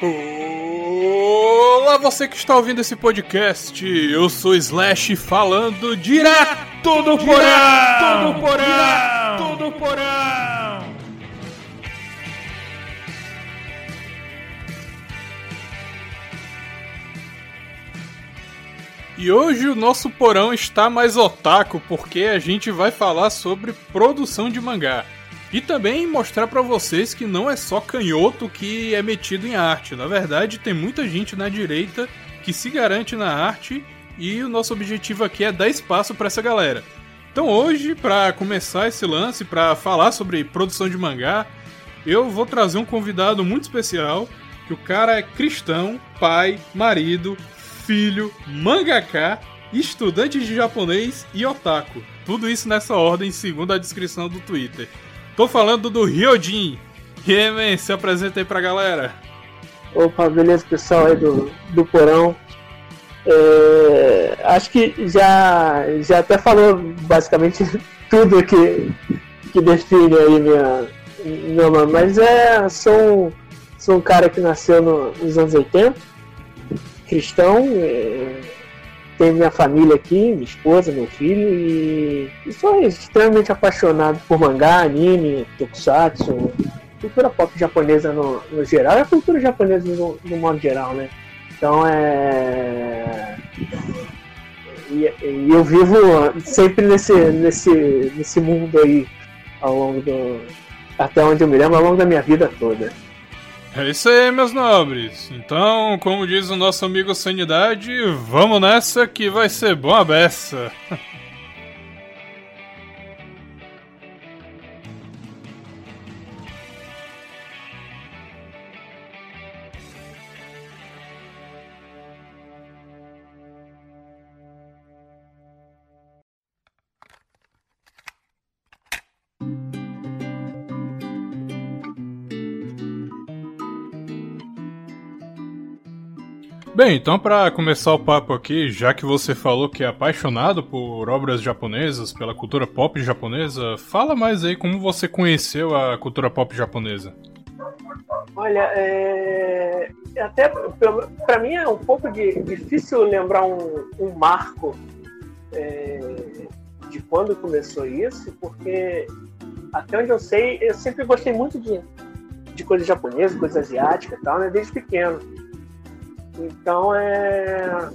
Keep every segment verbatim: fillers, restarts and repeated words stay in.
Olá, você que está ouvindo esse podcast, eu sou Slash falando direto do porão, do porão, do porão. E hoje o nosso porão está mais otaku, porque a gente vai falar sobre produção de mangá. E também mostrar pra vocês que não é só canhoto que é metido em arte. Na verdade, tem muita gente na direita que se garante na arte e o nosso objetivo aqui é dar espaço pra essa galera. Então hoje, pra começar esse lance, pra falar sobre produção de mangá, eu vou trazer um convidado muito especial, que o cara é cristão, pai, marido, filho, mangaka, estudante de japonês e otaku. Tudo isso nessa ordem, segundo a descrição do Twitter. Tô falando do Ryojin. E aí, man, se apresenta aí pra galera. Opa, beleza, pessoal aí do, do porão. É, acho que já, já até falou basicamente tudo que, que define aí minha, meu nome. Mas é, sou um, sou um cara que nasceu no, nos anos oitenta, cristão, é, tenho minha família aqui, minha esposa, meu filho, e, e sou extremamente apaixonado por mangá, anime, tokusatsu, cultura pop japonesa no, no geral, e a cultura japonesa no, no modo geral, né? Então é... E, e eu vivo sempre nesse, nesse, nesse mundo aí, ao longo do... até onde eu me lembro, ao longo da minha vida toda. É isso aí, meus nobres. Então, como diz o nosso amigo Sanidade, vamos nessa que vai ser bom a beça. Bem, então para começar o papo aqui, já que você falou que é apaixonado por obras japonesas, pela cultura pop japonesa, fala mais aí como você conheceu a cultura pop japonesa. Olha, é... até para mim é um pouco de, difícil lembrar um, um marco é... de quando começou isso, porque até onde eu sei, eu sempre gostei muito de, de coisas japonesas, coisas asiáticas e tal, né, desde pequeno. Então, é...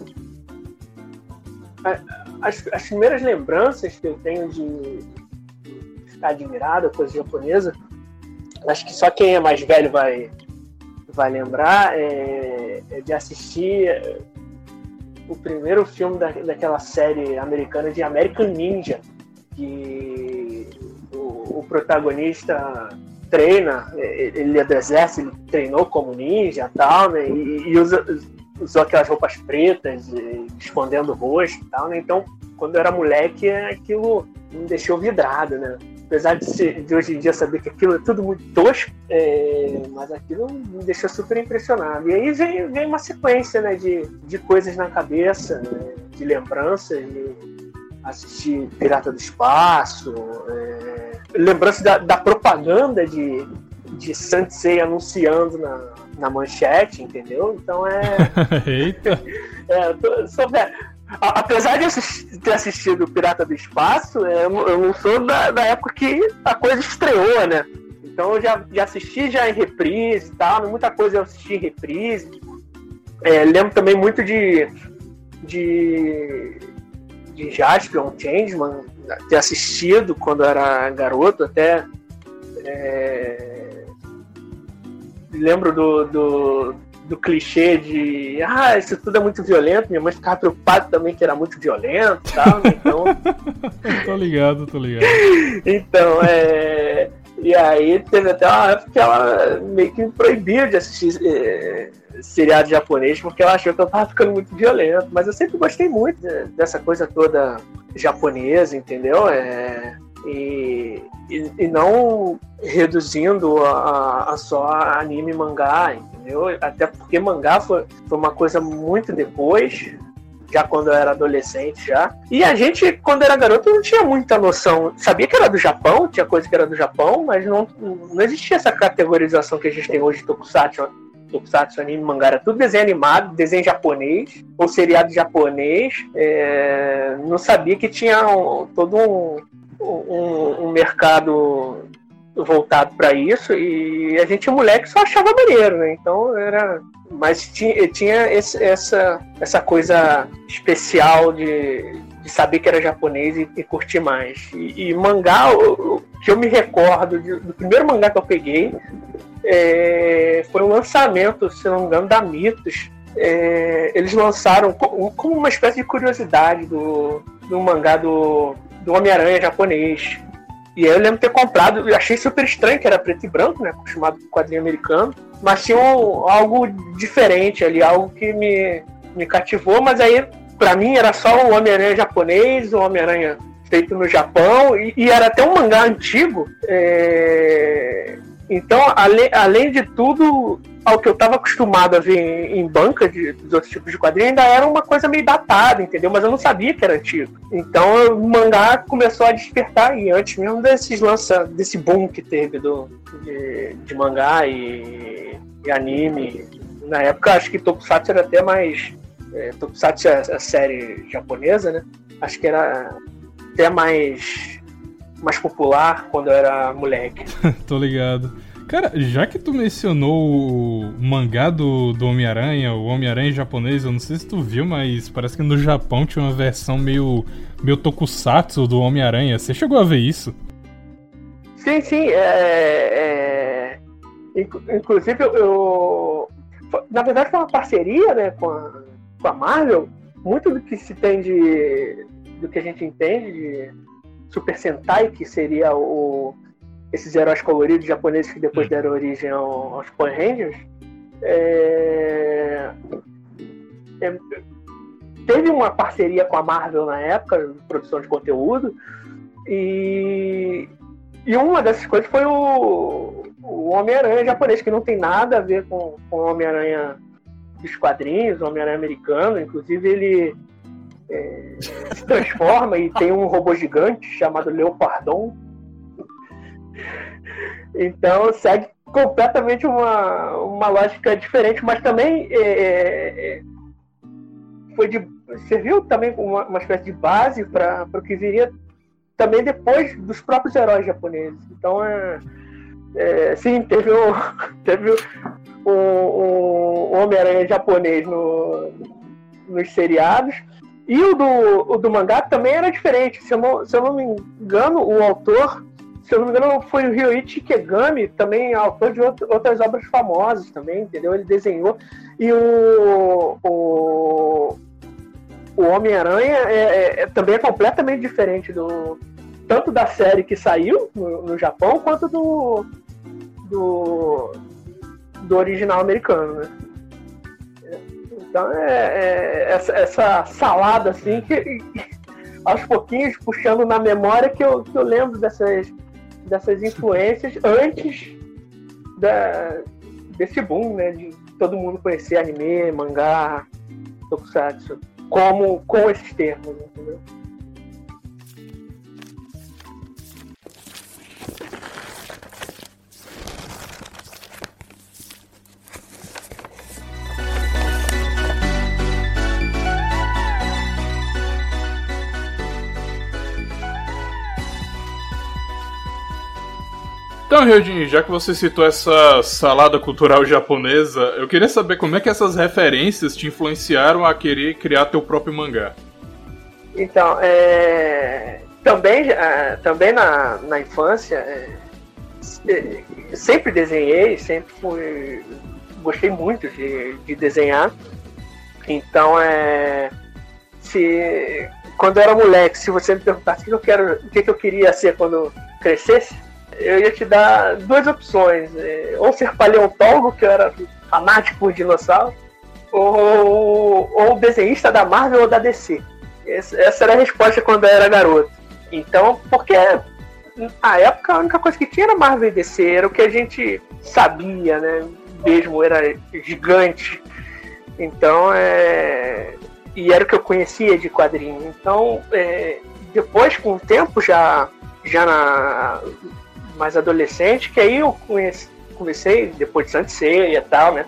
as, as primeiras lembranças que eu tenho de ficar admirado com coisa japonesa, acho que só quem é mais velho vai, vai lembrar, é, é de assistir o primeiro filme da, daquela série americana de American Ninja, que o, o protagonista treina, ele é do exército, ele treinou como ninja e tal, né, e, e usa, usou aquelas roupas pretas, escondendo o rosto e tal, né, então, quando eu era moleque, aquilo me deixou vidrado, né, apesar de, ser, de hoje em dia saber que aquilo é tudo muito tosco, é, mas aquilo me deixou super impressionado, e aí vem, vem uma sequência, né, de, de coisas na cabeça, né, de lembranças, de assistir Pirata do Espaço, é, lembrança da, da propaganda de, de Sansei anunciando na, na manchete, entendeu? Então é... Eita! é, tô, sou, é, apesar de assistir, ter assistido Pirata do Espaço, é, eu não sou da, da época que a coisa estreou, né? Então eu já, já assisti já em reprise e tal, muita coisa eu assisti em reprise. É, lembro também muito de... de de Jaspion, Changeman, ter assistido quando era garoto, até é, lembro do, do, do clichê de ah, isso tudo é muito violento, minha mãe ficava preocupada também que era muito violento e tal, então... tô ligado, tô ligado. Então, é... E aí teve até uma época que ela meio que me proibiu de assistir é, seriado japonês, porque ela achou que eu tava ficando muito violento. Mas eu sempre gostei muito dessa coisa toda japonesa, entendeu? É, e, e, e não reduzindo a, a só anime e mangá, entendeu? Até porque mangá foi, foi uma coisa muito depois, já quando eu era adolescente já. E a gente, quando era garoto, não tinha muita noção. Sabia que era do Japão, tinha coisa que era do Japão, mas não, não existia essa categorização que a gente tem hoje de Tokusatsu, Tokusatsu, anime, mangá, era tudo desenho animado, desenho japonês, ou seriado japonês. É, não sabia que tinha um, todo um, um, um mercado voltado para isso, e a gente, moleque, só achava maneiro, né? Então era... Mas tinha, tinha esse, essa, essa coisa especial de, de saber que era japonês e, e curtir mais. E, e mangá, o, o que eu me recordo de, do primeiro mangá que eu peguei é, foi um lançamento, se não me engano, da Mitos. É, eles lançaram como, como uma espécie de curiosidade do, do mangá do, do Homem-Aranha japonês. E aí eu lembro de ter comprado, eu achei super estranho, que era preto e branco, né, acostumado com quadrinho americano, mas tinha um, algo diferente ali, algo que me, me cativou, mas aí pra mim era só o Homem-Aranha japonês, o Homem-Aranha feito no Japão, e, e era até um mangá antigo, é... então, ale, além de tudo, ao que eu estava acostumado a ver em, em banca de, dos outros tipos de quadrinhos, ainda era uma coisa meio datada, entendeu? Mas eu não sabia que era antigo. Então o mangá começou a despertar, e antes mesmo desses lança, desse boom que teve do, de, de mangá e, e anime. Na época, acho que Tokusatsu era até mais... É, Tokusatsu é a série japonesa, né? Acho que era até mais, mais popular quando eu era moleque. Tô ligado. Cara, já que tu mencionou o mangá do, do Homem-Aranha, o Homem-Aranha japonês, eu não sei se tu viu, mas parece que no Japão tinha uma versão meio, meio tokusatsu do Homem-Aranha. Você chegou a ver isso? Sim, sim. É, é... Inclusive, eu, eu... Na verdade, foi uma parceria, né, com a, com a Marvel. Muito do que se tem de... do que a gente entende de Super Sentai, que seria o... esses heróis coloridos japoneses que depois deram origem ao, aos Power Rangers, é... É... teve uma parceria com a Marvel na época, de produção de conteúdo, e, e uma dessas coisas foi o, o Homem-Aranha japonês, que não tem nada a ver com, com o Homem-Aranha dos quadrinhos, o Homem-Aranha americano. Inclusive ele é, se transforma e tem um robô gigante chamado Leopardon. Então segue completamente uma, uma lógica diferente, mas também é, é, foi de, serviu também como uma, uma espécie de base para o que viria também depois dos próprios heróis japoneses. Então é, é, sim, teve o, teve o, o, o Homem-Aranha japonês no, nos seriados. E o do, o do mangá também era diferente. Se eu não, se eu não me engano, o autor, se eu não me engano, foi o Ryoichi Ikegami, também autor de outro, outras obras famosas também, entendeu? Ele desenhou. E o, o, o Homem-Aranha é, é, é, também é completamente diferente do, tanto da série que saiu no, no Japão, quanto do, do, do original americano, né? Então é, é essa, essa salada assim que aos pouquinhos puxando na memória que eu, que eu lembro dessas, dessas influências antes da, desse boom, né, de todo mundo conhecer anime, mangá, tokusatsu, como, com esses termos, entendeu? Então, Ryojin, já que você citou essa salada cultural japonesa, eu queria saber como é que essas referências te influenciaram a querer criar teu próprio mangá. Então, é... também, é... também na, na infância, é... sempre desenhei, sempre fui... gostei muito de, de desenhar. Então, é... se... quando eu era moleque, se você me perguntasse o que eu, quero... o que eu queria ser quando crescesse, eu ia te dar duas opções. Ou ser paleontólogo, que eu era fanático por dinossauro, ou, ou desenhista da Marvel ou da D C. Essa era a resposta quando eu era garoto. Então, porque na época a única coisa que tinha era Marvel e D C, era o que a gente sabia, né? Mesmo era gigante. Então, é... e era o que eu conhecia de quadrinho. Então, é... depois, com o tempo, já, já na... mais adolescente, que aí eu conheci, comecei, depois de Saint Seiya e tal, né?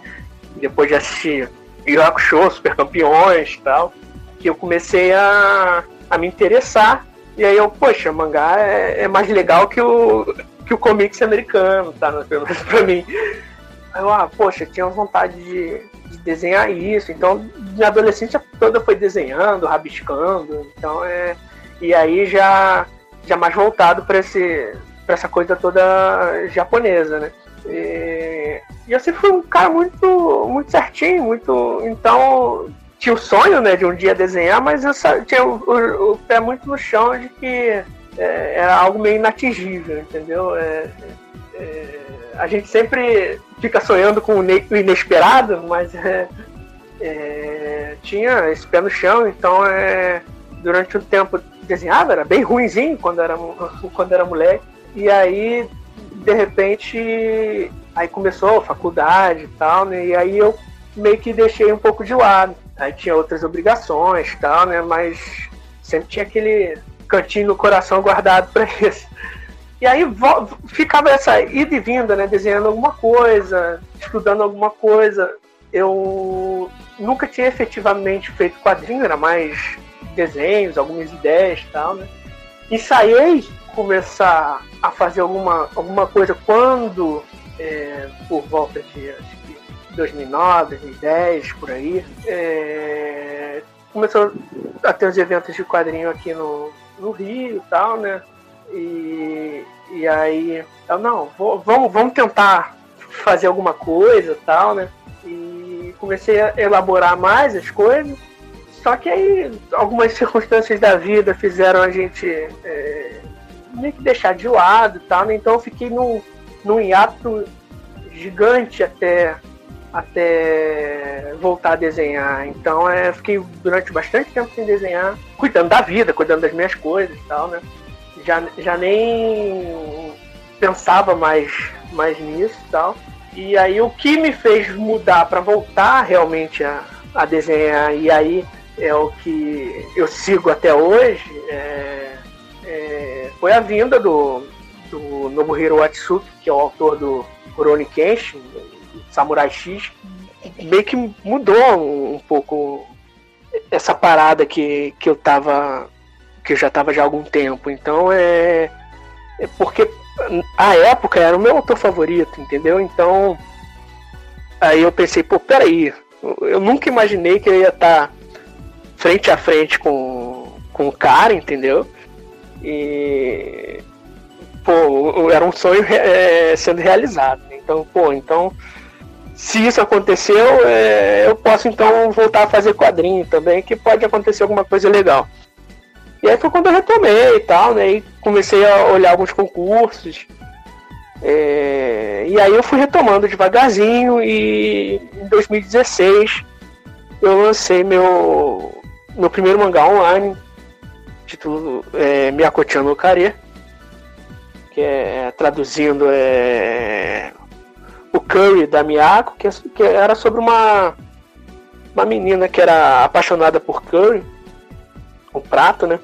depois de assistir Yu Yu Hakusho, Super Campeões e tal, que eu comecei a, a me interessar. E aí eu, poxa, mangá é, é mais legal que o, que o comics americano, tá? Pelo menos pra mim. Aí eu, ah, poxa, tinha vontade de, de desenhar isso. Então, minha adolescência toda foi desenhando, rabiscando. Então, é... E aí já, já mais voltado pra, esse, pra essa coisa toda japonesa, né? E, e eu sempre fui um cara muito, muito certinho, muito... Então, tinha o sonho, né, de um dia desenhar, mas eu só, tinha o, o, o pé muito no chão de que é, era algo meio inatingível, entendeu? É, é, a gente sempre fica sonhando com o inesperado, mas é, é, tinha esse pé no chão, então é, durante um tempo desenhava, era bem ruinzinho quando era, quando era moleque, e aí de repente aí começou a faculdade e tal, né, e aí eu meio que deixei um pouco de lado, aí tinha outras obrigações e tal, né, mas sempre tinha aquele cantinho no coração guardado para isso. E aí ficava essa ida e vinda, né? Desenhando alguma coisa, estudando alguma coisa. Eu nunca tinha efetivamente feito quadrinho, era mais desenhos, algumas ideias e tal, né? Ensaiei começar a fazer alguma, alguma coisa quando, é, por volta de acho que dois mil e nove, dois mil e dez, por aí, é, começou a ter os eventos de quadrinho aqui no, no Rio e tal, né? E, e aí, eu, não, vou, vamos, vamos tentar fazer alguma coisa e tal, né? E comecei a elaborar mais as coisas, só que aí algumas circunstâncias da vida fizeram a gente é, meio que deixar de lado e tal, né? Então eu fiquei num, num hiato gigante até, até voltar a desenhar. Então é, fiquei durante bastante tempo sem desenhar, cuidando da vida, cuidando das minhas coisas e tal, né? Já, já nem pensava mais, mais nisso e tal. E aí o que me fez mudar para voltar realmente a, a desenhar, e aí é o que eu sigo até hoje, é, é, foi a vinda do, do Nobuhiro Watsuki, que é o autor do Rurouni Kenshin, Samurai X, que meio que mudou um, um pouco essa parada que, que eu tava... que eu já estava já há algum tempo. Então é... é porque a época era o meu autor favorito, entendeu? Então aí eu pensei, pô, peraí, eu nunca imaginei que eu ia estar frente a frente com, com o cara, entendeu? E pô, era um sonho é, sendo realizado. Então, pô, então se isso aconteceu, é, eu posso então voltar a fazer quadrinho também, que pode acontecer alguma coisa legal. E aí foi quando eu retomei e tal, né? E comecei a olhar alguns concursos. É, e aí eu fui retomando devagarzinho e em dois mil e dezesseis eu lancei meu, meu primeiro mangá online, título é, Miyako-chan no Kare, que é, traduzindo, é o Curry da Miyako, que, que era sobre uma, uma menina que era apaixonada por curry, o prato, né?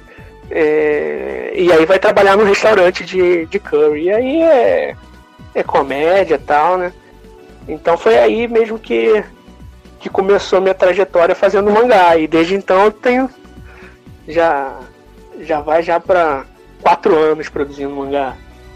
É, e aí vai trabalhar no restaurante de, de curry. E aí é, é comédia e tal, né? Então foi aí mesmo que, que começou a minha trajetória fazendo mangá. E desde então eu tenho. Já, já vai já para quatro anos produzindo mangá.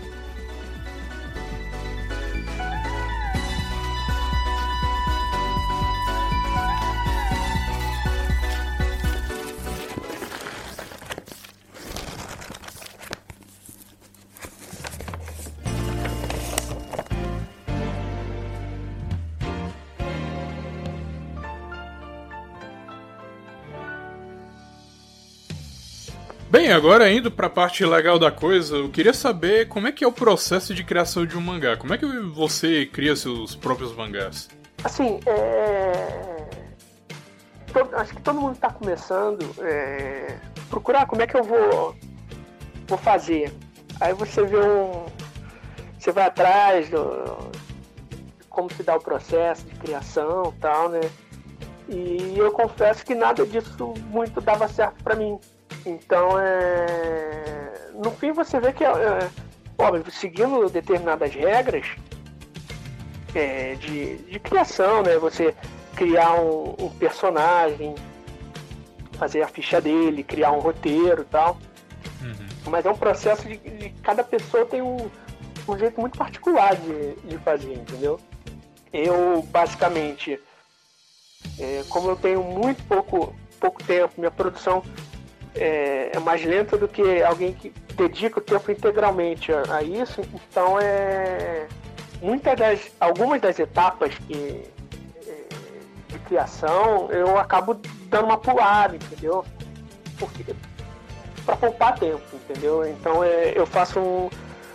Bem, agora indo pra parte legal da coisa, eu queria saber como é que é o processo de criação de um mangá. Como é que você cria seus próprios mangás? Assim, é... Todo, acho que todo mundo está começando é... procurar como é que eu vou, vou fazer. Aí você vê um... Você vai atrás do... como se dá o processo de criação e tal, né? E eu confesso que nada disso muito dava certo pra mim. Então, é... no fim você vê que, é... óbvio, seguindo determinadas regras, é, de, de criação, né? Você criar um, um personagem, fazer a ficha dele, criar um roteiro e tal. Uhum. Mas é um processo de, de cada pessoa tem um, um jeito muito particular de, de fazer, entendeu? Eu, basicamente, é, como eu tenho muito pouco, pouco tempo, minha produção é, é mais lenta do que alguém que dedica o tempo integralmente a, a isso, então é muitas das, algumas das etapas que, é, de criação eu acabo dando uma pulada, entendeu? Porque para poupar tempo, entendeu? Então é, eu faço um,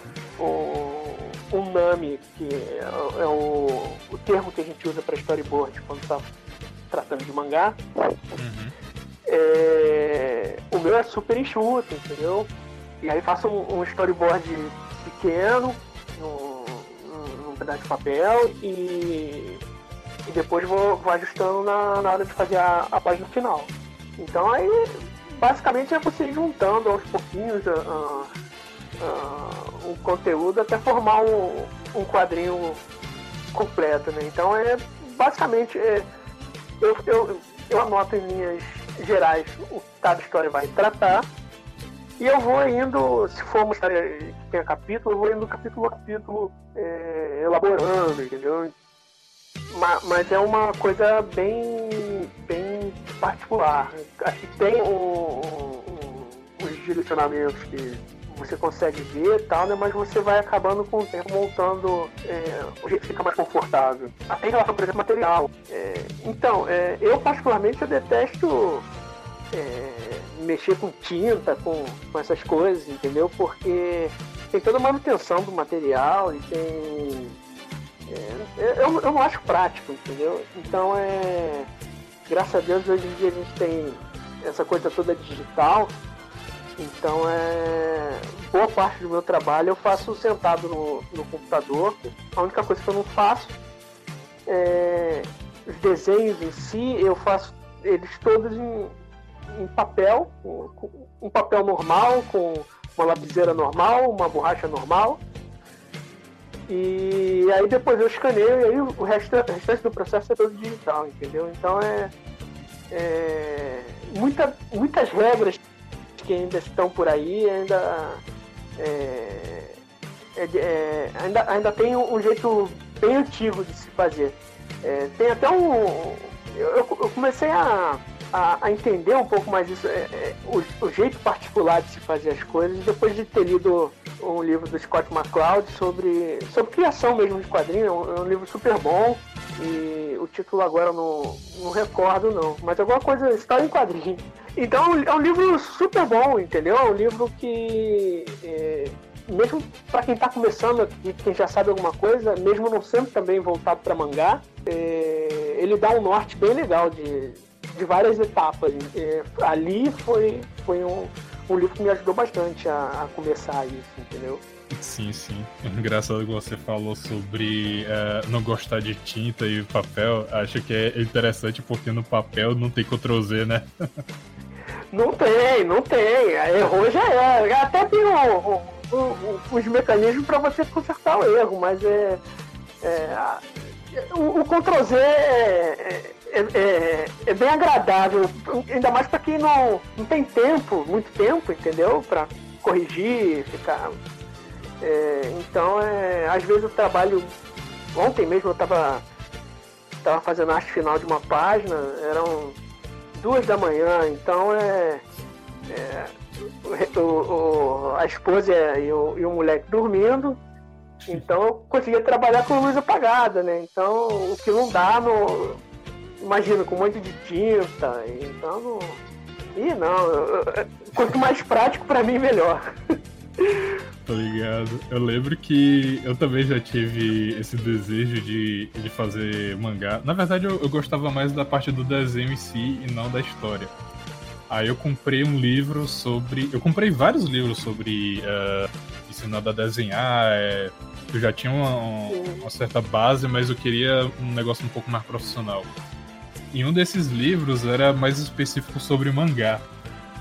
um um nami, que é, é o, o termo que a gente usa para storyboard quando está tratando de mangá. Uhum. É, o meu é super enxuto, entendeu? E aí faço um, um storyboard pequeno num, num pedaço de papel e, e depois vou, vou ajustando na, na hora de fazer a, a página final. Então aí basicamente é você ir juntando aos pouquinhos a, a, a, um conteúdo até formar um, um quadrinho completo, né? Então é basicamente é, eu, eu, eu anoto em linhas gerais o que cada história vai tratar e eu vou indo, se for uma história que tenha capítulo, eu vou indo capítulo a capítulo é, elaborando, entendeu? Mas, mas é uma coisa bem, bem particular. Acho que tem um, um, uns direcionamentos que você consegue ver e tal, né? Mas você vai acabando com o tempo montando é, o jeito que fica mais confortável. Até em relação, por exemplo, material. É, então, é, eu particularmente eu detesto é, mexer com tinta, com, com essas coisas, entendeu? Porque tem toda a manutenção do material e tem... É, eu, eu não acho prático, entendeu? Então, é, graças a Deus, hoje em dia a gente tem essa coisa toda digital. Então, é, boa parte do meu trabalho eu faço sentado no, no computador. A única coisa que eu não faço é os desenhos em si, eu faço eles todos em, em papel, um papel normal, com uma lapiseira normal, uma borracha normal. E aí depois eu escaneio e aí o resto, o restante do processo é todo digital, entendeu? Então é, é muita, muitas regras que ainda estão por aí, ainda é, é, é, ainda, ainda tem um jeito bem antigo de se fazer. É, tem até um... Eu, eu comecei a, a, a entender um pouco mais isso, é, é, o, o jeito particular de se fazer as coisas, depois de ter lido um livro do Scott McCloud sobre, sobre criação mesmo de quadrinhos. É um, é um livro super bom e o título agora eu não, não recordo não, mas alguma coisa, história em quadrinho. Então é um livro super bom, entendeu? É um livro que é, mesmo para quem está começando e quem já sabe alguma coisa, mesmo não sendo também voltado para mangá, é, ele dá um norte bem legal de, de várias etapas. É, ali foi, foi um um livro que me ajudou bastante a, a começar isso, entendeu? Sim, sim. Engraçado que você falou sobre uh, não gostar de tinta e papel. Acho que é interessante porque no papel não tem control Z, né? Não tem, não tem. Errou já é. Até tem o, o, o, os mecanismos para você consertar o erro, mas é, é o, o control Z é, é, é, é bem agradável, ainda mais para quem não, não tem tempo, muito tempo, entendeu? Para corrigir, ficar... É, então, é, às vezes eu trabalho... Ontem mesmo eu estava tava fazendo a arte final de uma página, eram duas da manhã, então é... é o, o, a esposa e o, e o moleque dormindo, então eu conseguia trabalhar com a luz apagada, né? Então, o que não dá no... Imagina, com um monte de tinta, então não... Ih, não, eu, eu, quanto mais prático pra mim, melhor. Tô ligado. Eu lembro que eu também já tive esse desejo de, de fazer mangá. Na verdade, eu, eu gostava mais da parte do desenho em si e não da história. Aí eu comprei um livro sobre... Eu comprei vários livros sobre uh, ensinando a desenhar. É... Eu já tinha uma, uma certa base, mas eu queria um negócio um pouco mais profissional. E um desses livros era mais específico sobre mangá.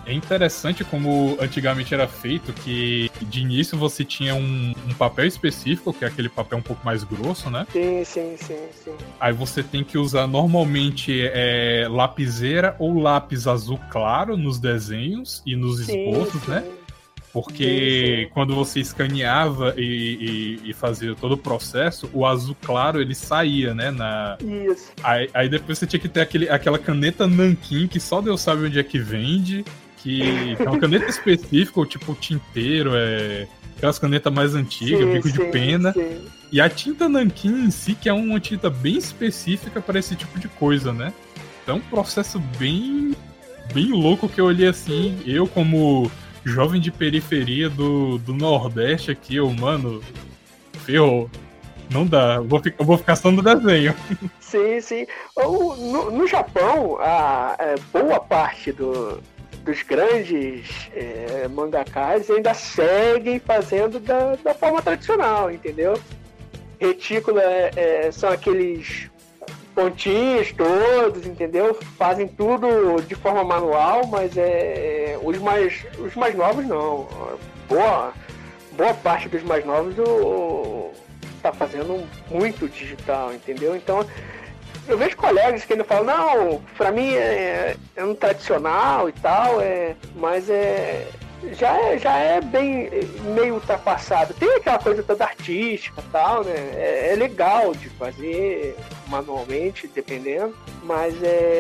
É interessante como antigamente era feito, que de início você tinha um, um papel específico, que é aquele papel um pouco mais grosso, né? Sim, sim, sim, sim. Aí você tem que usar normalmente é, lapiseira ou lápis azul claro nos desenhos e nos esboços, sim, né? Sim. Porque sim, sim. Quando você escaneava e, e, e fazia todo o processo, o azul claro ele saía, né? Na... Isso. Aí, aí depois você tinha que ter aquele, aquela caneta nanquim que só Deus sabe onde é que vende. Que é uma caneta específica, ou tipo tinteiro, é aquelas canetas mais antigas, sim, bico sim, de pena. Sim. E a tinta nanquim em si, que é uma tinta bem específica para esse tipo de coisa, né? Então é um processo bem, bem louco que eu olhei assim, eu como jovem de periferia do, do Nordeste aqui, eu, mano, ferrou. Não dá, eu vou, ficar, eu vou ficar só no desenho. Sim, sim. No, no Japão, a, a boa parte do... dos grandes é, mangakas ainda seguem fazendo da, da forma tradicional, entendeu? Retícula é, é, são aqueles pontinhos todos, entendeu? Fazem tudo de forma manual, mas é, é, os, mais, os mais novos não. Boa, boa parte dos mais novos o, tá fazendo muito digital, entendeu? Então eu vejo colegas que ainda falam, não, pra mim é, é um tradicional e tal, é, mas é, já, é, já é bem meio ultrapassado. Tem aquela coisa toda artística e tal, né? É, é legal de fazer manualmente, dependendo, mas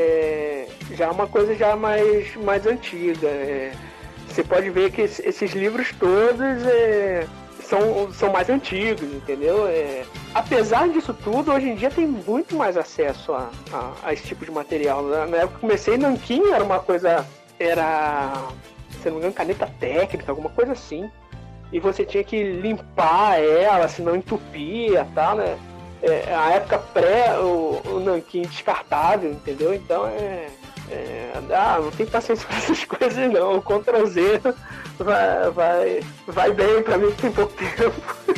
é já é uma coisa já mais, mais antiga. É, você pode ver que esses livros todos... É, São, são mais antigos, entendeu? É, apesar disso tudo, hoje em dia tem muito mais acesso a, a, a esse tipo de material. Na, na época que eu comecei, nanquim era uma coisa... Era, se não me engano, caneta técnica, alguma coisa assim. E você tinha que limpar ela, senão entupia e tal, né? É, a época pré, o, o nanquim descartável, entendeu? Então é... é ah, não tem paciência com essas coisas não. O control Z... Vai, vai, vai bem pra mim que tem pouco tempo.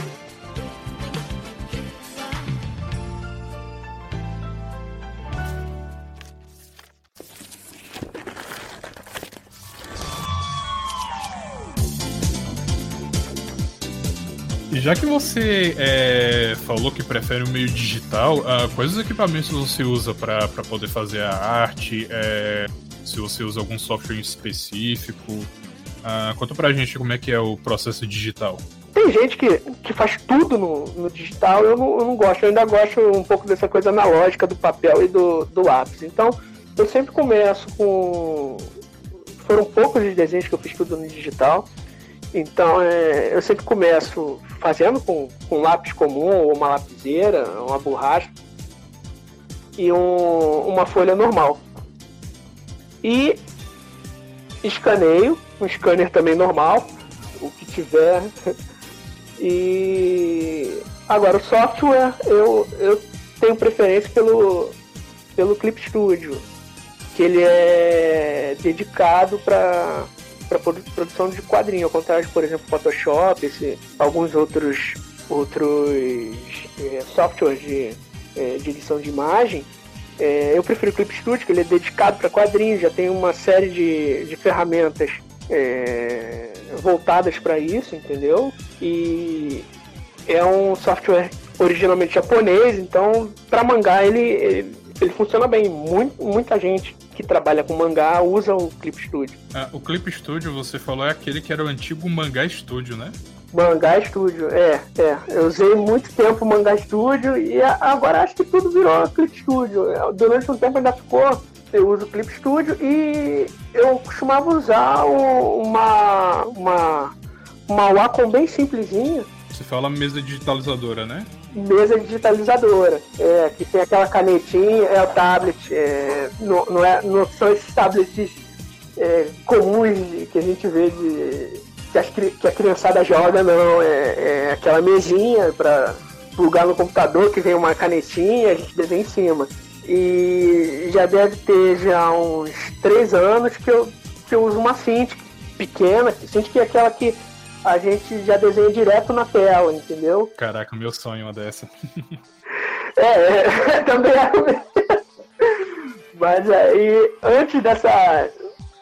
E já que você é, falou que prefere o meio digital, uh, quais os equipamentos você usa para poder fazer a arte? É, se você usa algum software específico? Uh, conta pra gente como é que é o processo digital. Tem gente que, que faz tudo no, no digital, eu não, eu não gosto, eu ainda gosto um pouco dessa coisa analógica do papel e do, do lápis. Então, eu sempre começo com... Foram poucos os desenhos que eu fiz tudo no digital, então é, eu sempre começo fazendo com, com lápis comum, ou uma lapiseira, uma borracha, e um, uma folha normal. E escaneio, um scanner também normal, o que tiver. E agora o software eu, eu tenho preferência pelo, pelo Clip Studio, que ele é dedicado para para produção de quadrinho, ao contrário de, por exemplo, Photoshop, esse, alguns outros outros é, softwares de, é, de edição de imagem. É, eu prefiro o Clip Studio, que ele é dedicado para quadrinhos, já tem uma série de, de ferramentas é, voltadas para isso, entendeu? E é um software originalmente japonês, então para mangá ele, ele, ele funciona bem. Muito, muita gente que trabalha com mangá usa o Clip Studio. Ah, o Clip Studio, você falou, é aquele que era o antigo Mangá Studio, né? Mangá Studio, é, é. Eu usei muito tempo o Mangá Studio e agora acho que tudo virou Clip Studio. Durante um tempo ainda ficou, eu uso o Clip Studio e eu costumava usar uma, uma, uma Wacom bem simplesinha. Você fala mesa digitalizadora, né? Mesa digitalizadora, é, que tem aquela canetinha, é o tablet, é, não, não, é, não são esses tablets é, comuns que a gente vê de... Que, as, que a criançada joga, não, é, é aquela mesinha para plugar no computador que vem uma canetinha, a gente desenha em cima. E já deve ter já uns três anos que eu, que eu uso uma Cintiq pequena, Cintiq é aquela que a gente já desenha direto na tela, entendeu? Caraca, meu sonho é uma dessa. é, é, também é. Mas aí, antes dessa...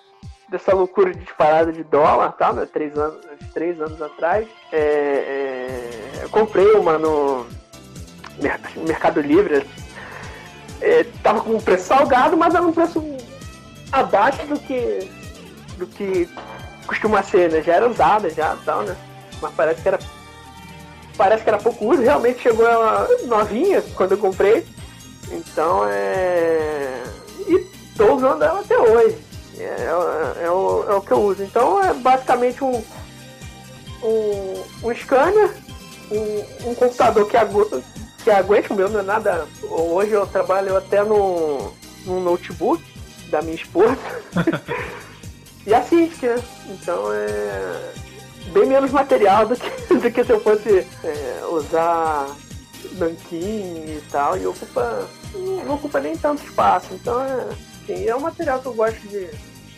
dessa loucura de disparada de dólar, tá? Né? Três anos, três anos atrás, é, é, eu comprei uma no Mercado Livre. É, tava com um preço salgado, mas era um preço abaixo do que do que costuma ser, né? Já era usada, já tal, né? Mas parece que era parece que era pouco uso. Realmente chegou ela novinha quando eu comprei. Então é e tô usando ela até hoje. É, é, é, o, é o que eu uso. Então é basicamente um um, um scanner, um, um computador que aguenta, que aguenta o meu, não é nada. Hoje eu trabalho até no, no notebook da minha esposa e assiste, né? Então é bem menos material do que, do que se eu fosse é, usar nanquim e tal, e ocupa, não ocupa nem tanto espaço. Então é, assim, é um material que eu gosto de,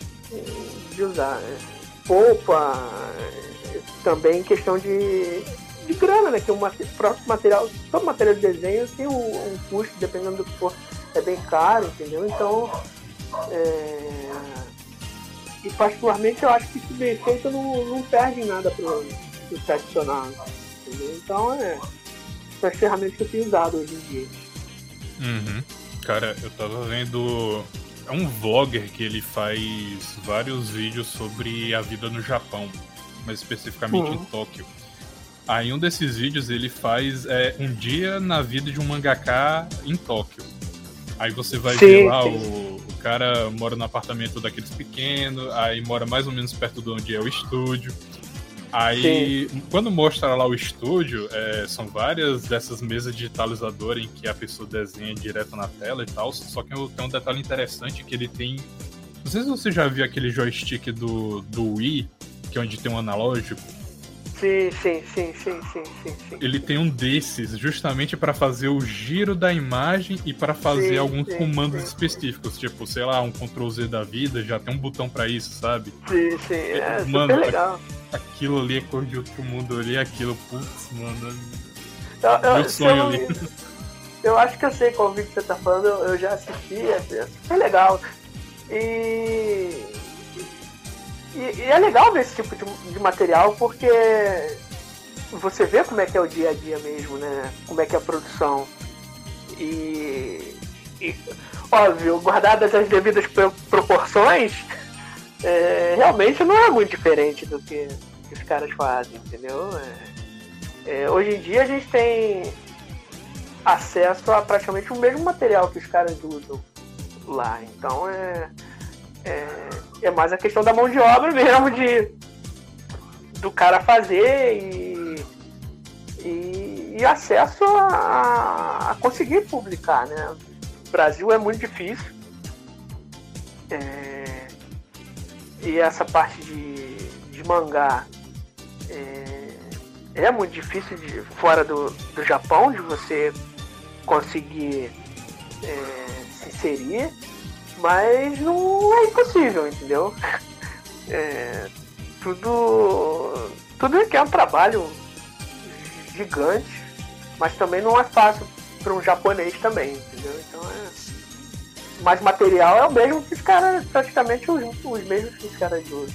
de usar, né? Poupa, também questão de, de grana, né? Que o próprio material, todo material de desenho tem um, um custo, dependendo do que for, é bem caro, entendeu? Então, é... e particularmente eu acho que isso bem feito não, não perde nada pro, pro tradicional, entendeu? Então, é, são as ferramentas que eu tenho usado hoje em dia. Uhum. Cara, eu tava vendo... É um vlogger que ele faz vários vídeos sobre a vida no Japão, mas especificamente uhum. em Tóquio. Aí um desses vídeos ele faz é, um dia na vida de um mangaka em Tóquio. Aí você vai sim, ver lá, o, o cara mora num apartamento daqueles pequenos, aí mora mais ou menos perto de onde é o estúdio. Aí, sim. quando mostra lá o estúdio, é, são várias dessas mesas digitalizadoras em que a pessoa desenha direto na tela e tal, só que tem um detalhe interessante que ele tem... Não sei se você já viu aquele joystick do, do Wii, que é onde tem um analógico. Sim, sim, sim, sim, sim, sim, sim. Ele tem um desses justamente para fazer o giro da imagem e para fazer sim, alguns sim, comandos sim. específicos, tipo, sei lá, um control Z da vida, já tem um botão para isso, sabe? Sim, sim, é, mano, super legal. Aquilo ali é cor de outro mundo ali, aquilo, putz, mano. Eu, eu, meu sonho eu, ali. Eu acho que eu sei qual vídeo você tá falando, eu, eu já assisti, é, é legal. E, e, e é legal ver esse tipo de, de material porque você vê como é que é o dia a dia mesmo, né? Como é que é a produção. E, e óbvio, guardadas as devidas proporções, é, realmente não é muito diferente do que, que os caras fazem, entendeu? É, é, hoje em dia a gente tem acesso a praticamente o mesmo material que os caras usam lá. Então é, é, é mais a questão da mão de obra mesmo, de, do cara fazer e, e, e acesso a, a conseguir publicar, né? O Brasil é muito difícil. É, e essa parte de, de mangá é, é muito difícil de, fora do, do Japão, de você conseguir é, se inserir, mas não é impossível, entendeu? É, tudo tudo requer um trabalho gigante, mas também não é fácil para um japonês também, entendeu? Então é... Mas material é o mesmo que os caras, praticamente os, os mesmos que os caras usam.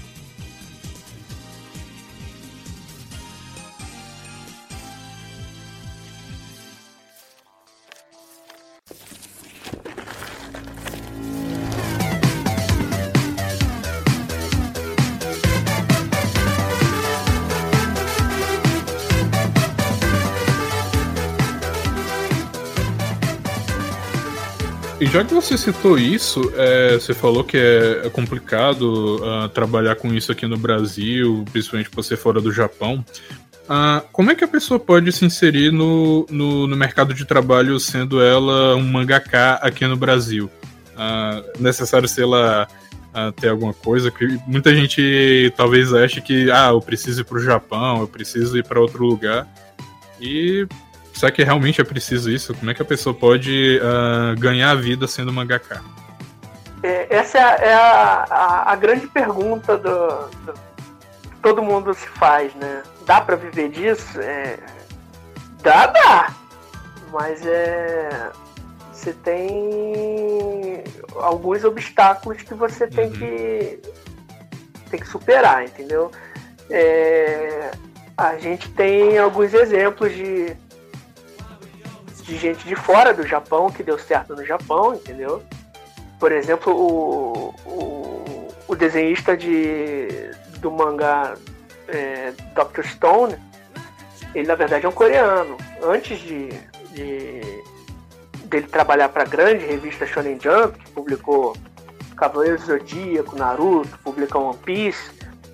E já que você citou isso, é, você falou que é, é complicado uh, trabalhar com isso aqui no Brasil, principalmente por ser fora do Japão. Uh, como é que a pessoa pode se inserir no, no, no mercado de trabalho sendo ela um mangaka aqui no Brasil? Uh, necessário, sei lá, uh, ter alguma coisa que muita gente talvez ache que ah, eu preciso ir para o Japão, eu preciso ir para outro lugar. E... será que realmente é preciso isso? Como é que a pessoa pode uh, ganhar a vida sendo mangaka? É, essa é, a, é a, a, a grande pergunta do, do, que todo mundo se faz, né? Dá pra viver disso? É, dá, dá! Mas é, você tem alguns obstáculos que você tem uhum. que, tem que superar, entendeu? É, a gente tem alguns exemplos de, de gente de fora do Japão que deu certo no Japão, entendeu? Por exemplo, o, o, o desenhista de, do mangá é, doutor Stone, ele na verdade é um coreano. Antes de, de dele trabalhar para a grande revista Shonen Jump, que publicou Cavaleiro do Zodíaco, Naruto, publicou One Piece,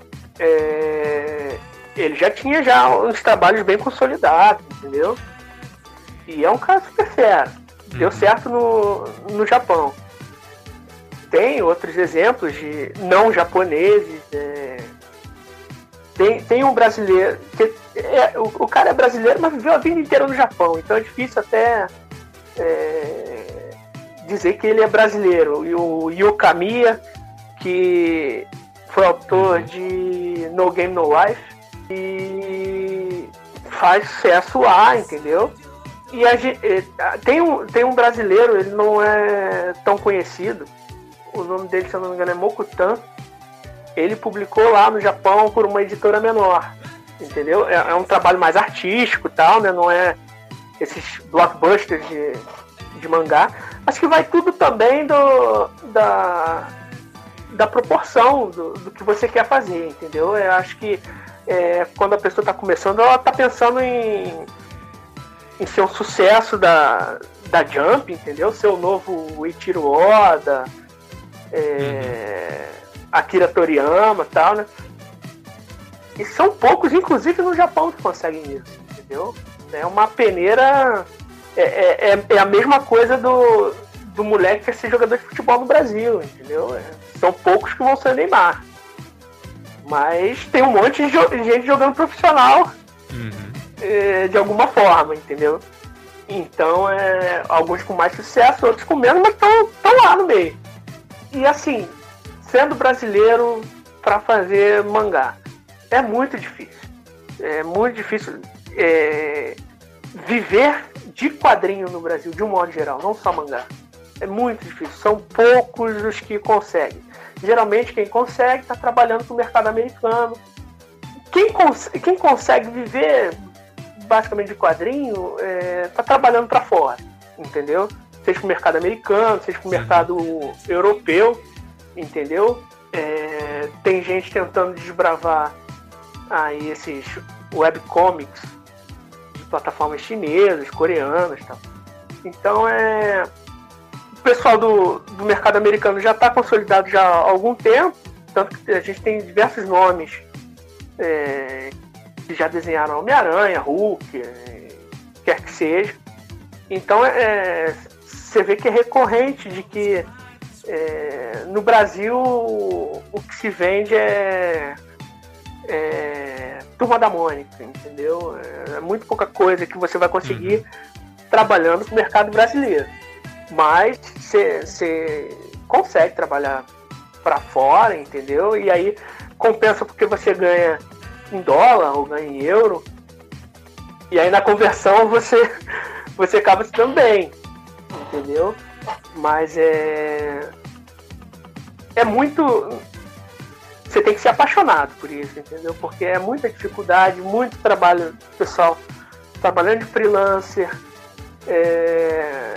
é, ele já tinha já uns trabalhos bem consolidados, entendeu? E é um cara super fera. Deu Uhum. certo no, no Japão. Tem outros exemplos de não japoneses. É... Tem, tem um brasileiro. Que é, o, o cara é brasileiro, mas viveu a vida inteira no Japão. Então é difícil até é, dizer que ele é brasileiro. E o Yu Kamiya, que foi autor Uhum. de No Game No Life, e faz sucesso lá, entendeu? E a, tem, um, tem um brasileiro, ele não é tão conhecido. O nome dele, se eu não me engano, é Mokutan. Ele publicou lá no Japão por uma editora menor, entendeu? É, é um trabalho mais artístico e tal, né? Não é esses blockbusters de, de mangá. Acho que vai tudo também do, da, da proporção do, do que você quer fazer, entendeu? Eu acho que é, quando a pessoa está começando, ela está pensando em, em ser um sucesso da, da Jump, entendeu? Ser o novo Eiichiro Oda, É, uhum. Akira Toriyama e tal, né? E são poucos, inclusive no Japão, que conseguem isso, entendeu? É uma peneira. É, é, é a mesma coisa do, do moleque que quer ser jogador de futebol no Brasil, entendeu? É, são poucos que vão ser Neymar. Mas tem um monte de gente jogando profissional uhum. é, de alguma forma, entendeu? Então, é, alguns com mais sucesso, outros com menos, mas estão lá no meio. E assim, sendo brasileiro para fazer mangá, é muito difícil. É muito difícil é, viver de quadrinho no Brasil, de um modo geral, não só mangá. É muito difícil. São poucos os que conseguem. Geralmente quem consegue está trabalhando para o mercado americano. Quem, cons- quem consegue viver basicamente de quadrinho está é, trabalhando para fora, entendeu? Seja para o mercado americano, seja para o mercado europeu, entendeu? É, tem gente tentando desbravar aí esses webcomics de plataformas chinesas, coreanas e tal. Então, é, o pessoal do, do mercado americano já está consolidado já há algum tempo, tanto que a gente tem diversos nomes é, que já desenharam Homem-Aranha, Hulk, é, quer que seja. Então, é, você vê que é recorrente de que é, no Brasil o que se vende é, é Turma da Mônica, entendeu? É muito pouca coisa que você vai conseguir uhum. trabalhando com o mercado brasileiro. Mas você consegue trabalhar para fora, entendeu? E aí compensa porque você ganha em dólar ou ganha em euro. E aí na conversão você, você acaba se dando bem, entendeu? Mas é é muito, você tem que ser apaixonado por isso, entendeu? Porque é muita dificuldade, muito trabalho, pessoal trabalhando de freelancer, é,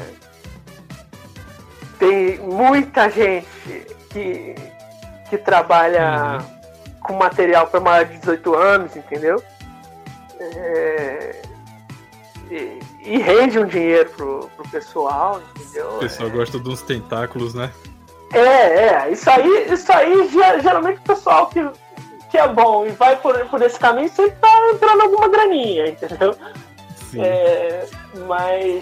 tem muita gente que, que trabalha uhum. com material para maior de dezoito anos, entendeu? É, E, e rende um dinheiro pro, pro pessoal, entendeu? O pessoal é. gosta de uns tentáculos, né? É, é. Isso aí, isso aí geralmente o pessoal que, que é bom e vai por, por esse caminho sempre tá entrando alguma graninha, entendeu? Sim. É, mas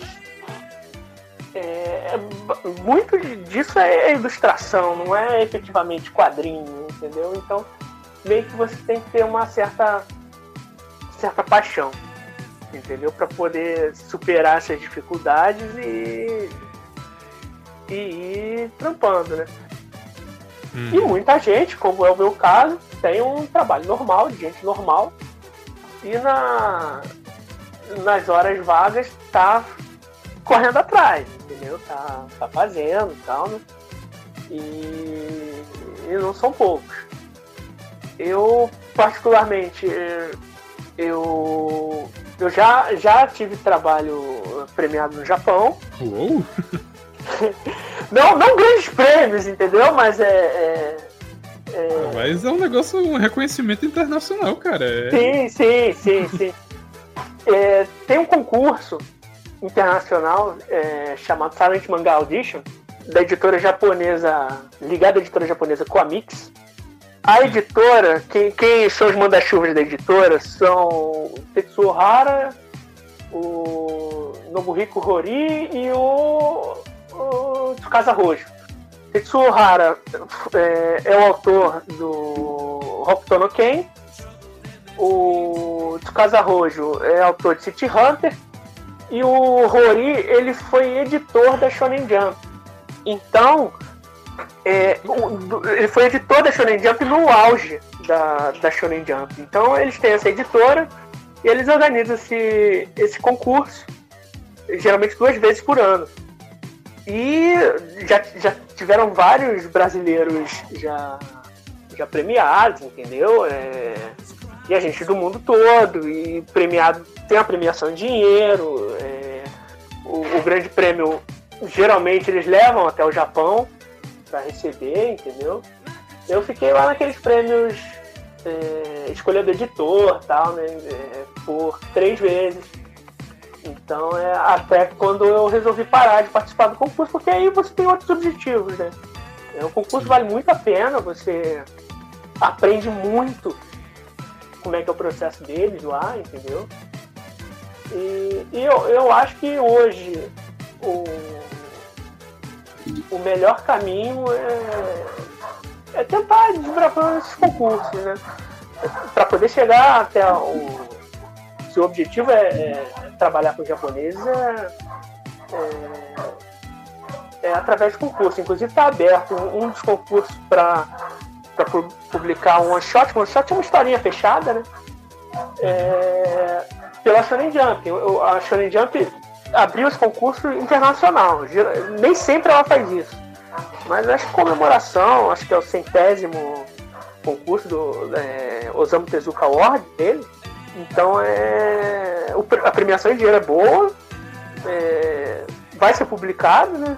é, muito disso é ilustração, não é efetivamente quadrinho, entendeu? Então meio que você tem que ter uma certa, certa paixão, entendeu? Para poder superar essas dificuldades e, e ir trampando, né? Hum. E muita gente, como é o meu caso, tem um trabalho normal, de gente normal, e na, nas horas vagas tá correndo atrás, entendeu? Tá, tá fazendo e tal, né? E, e não são poucos. eu particularmente, eu, eu já, já tive trabalho premiado no Japão. Uou! Não, não grandes prêmios, entendeu? Mas é... é, é... Mas é um negócio, um reconhecimento internacional, cara. É... Sim, sim, sim, sim. É, tem um concurso internacional é, chamado Silent Manga Audition, da editora japonesa, ligada à editora japonesa Coamix. A editora, quem, quem são os manda-chuvas da editora são o Tetsuo Hara, o Nobuhiko Hori e o, o Tsukasa Rojo. Tetsuo Hara é, é o autor do Hokuto no Ken, o Tsukasa Rojo é autor de City Hunter e o Hori ele foi editor da Shonen Jump. Então, é, ele foi editor da Shonen Jump no auge da, da Shonen Jump. Então eles têm essa editora e eles organizam esse, esse concurso, geralmente duas vezes por ano. E já, já tiveram vários brasileiros já, já premiados, entendeu? É, e a gente do mundo todo, e premiado, tem a premiação em dinheiro, é, o, o grande prêmio geralmente eles levam até o Japão para receber, entendeu? Eu fiquei lá naqueles prêmios é, escolha do editor, tal, né, é, por três vezes. Então, é até quando eu resolvi parar de participar do concurso, porque aí você tem outros objetivos, né? O concurso vale muito a pena, você aprende muito como é que é o processo deles lá, entendeu? E, e eu, eu acho que hoje o, o melhor caminho é, é tentar desbravar esses concursos, né? Para poder chegar até o... Se o objetivo é, é trabalhar com japoneses, é, é, é através de concurso. Inclusive está aberto um, um dos concursos para publicar um one shot. Um one shot é uma historinha fechada, né? É, pela Shonen Jump. A Shonen Jump abriu esse concurso internacional. Nem sempre ela faz isso. Mas acho que comemoração, acho que é o centésimo concurso do é, Osamu Tezuka Award dele. Então é, a premiação em dinheiro é boa, é, vai ser publicado, né?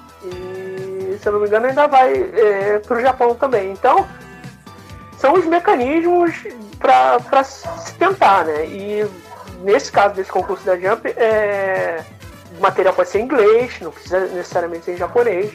E se eu não me engano ainda vai é, para o Japão também. Então são os mecanismos para se tentar, né? E nesse caso desse concurso da Jump, é, o material pode ser em inglês, não precisa necessariamente ser em japonês.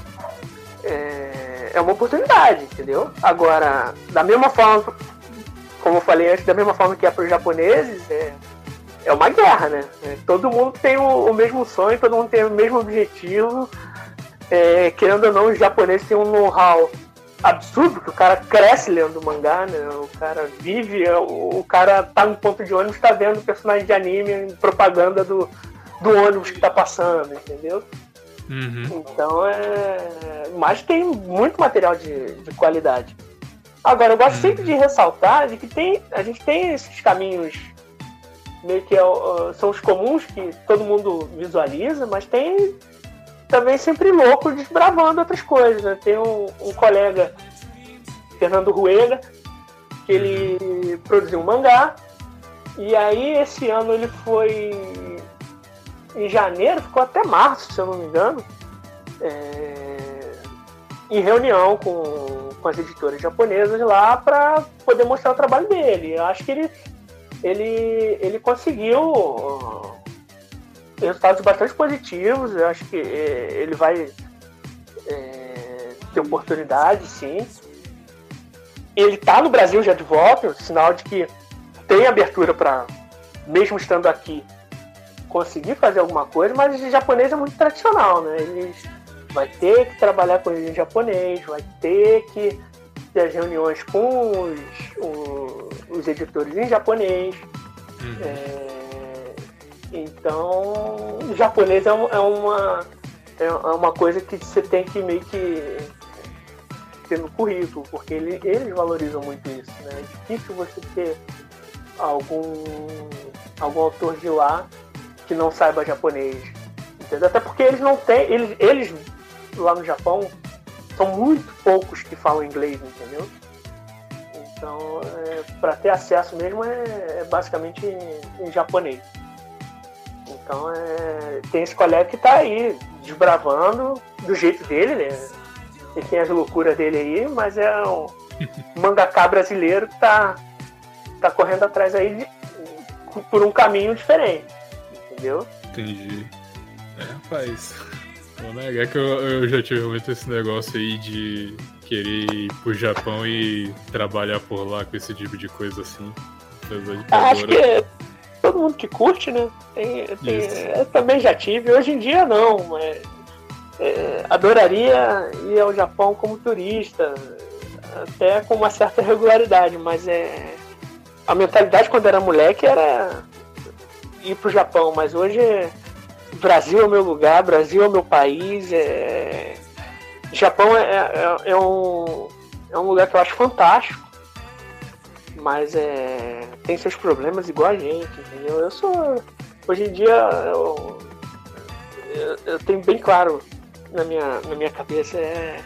É, é uma oportunidade, entendeu? Agora, da mesma forma, como eu falei antes, da mesma forma que é para os japoneses, é, é uma guerra, né? É, todo mundo tem o, o mesmo sonho, todo mundo tem o mesmo objetivo. É, querendo ou não, os japoneses têm um know-how absurdo, que o cara cresce lendo mangá, né? O cara vive, o, o cara tá no ponto de ônibus, tá vendo personagem de anime, propaganda do, do ônibus que tá passando, entendeu? Uhum. Então é... Mas tem muito material de, de qualidade. Agora, eu gosto sempre de ressaltar de que tem, a gente tem esses caminhos meio que é, são os comuns que todo mundo visualiza, mas tem também sempre louco desbravando outras coisas, né? Tem um, um colega, Fernando Rueda, que ele produziu um mangá, e aí esse ano ele foi em janeiro, ficou até março, se eu não me engano, é, em reunião com, com as editoras japonesas lá para poder mostrar o trabalho dele. Eu acho que ele, ele, ele conseguiu resultados bastante positivos. Eu acho que é, ele vai é, ter oportunidade, sim. Ele está no Brasil já de volta, sinal de que tem abertura para, mesmo estando aqui, conseguir fazer alguma coisa, mas o japonês é muito tradicional, né? Eles vai ter que trabalhar com ele em japonês, vai ter que ter as reuniões com os, os, os editores em japonês. Uhum. É, então, o japonês é, é, uma, é uma coisa que você tem que meio que ter no currículo, porque ele, eles valorizam muito isso, né? É difícil você ter algum, algum autor de lá que não saiba japonês, entendeu? Até porque eles não têm, eles, eles lá no Japão são muito poucos que falam inglês, entendeu? Então, é, para ter acesso mesmo é, é basicamente em, em japonês. Então, é, tem esse colega que tá aí, desbravando do jeito dele, né? Ele tem as loucuras dele aí, mas é um mangaka brasileiro que tá, tá correndo atrás aí de, por um caminho diferente, entendeu? Entendi. É, rapaz, vou negar que eu, eu já tive muito esse negócio aí de querer ir pro Japão e trabalhar por lá com esse tipo de coisa assim. Acho que é todo mundo que curte, né? Tem, tem, eu também já tive, hoje em dia não, mas é, adoraria ir ao Japão como turista, até com uma certa regularidade, mas é, a mentalidade quando era moleque era ir pro Japão, mas hoje Brasil é o meu lugar, Brasil é o meu país, é... Japão é, é, é, um, é um lugar que eu acho fantástico, mas é, tem seus problemas igual a gente, entendeu? Eu sou, hoje em dia, eu, eu, eu tenho bem claro na minha, na minha cabeça, é,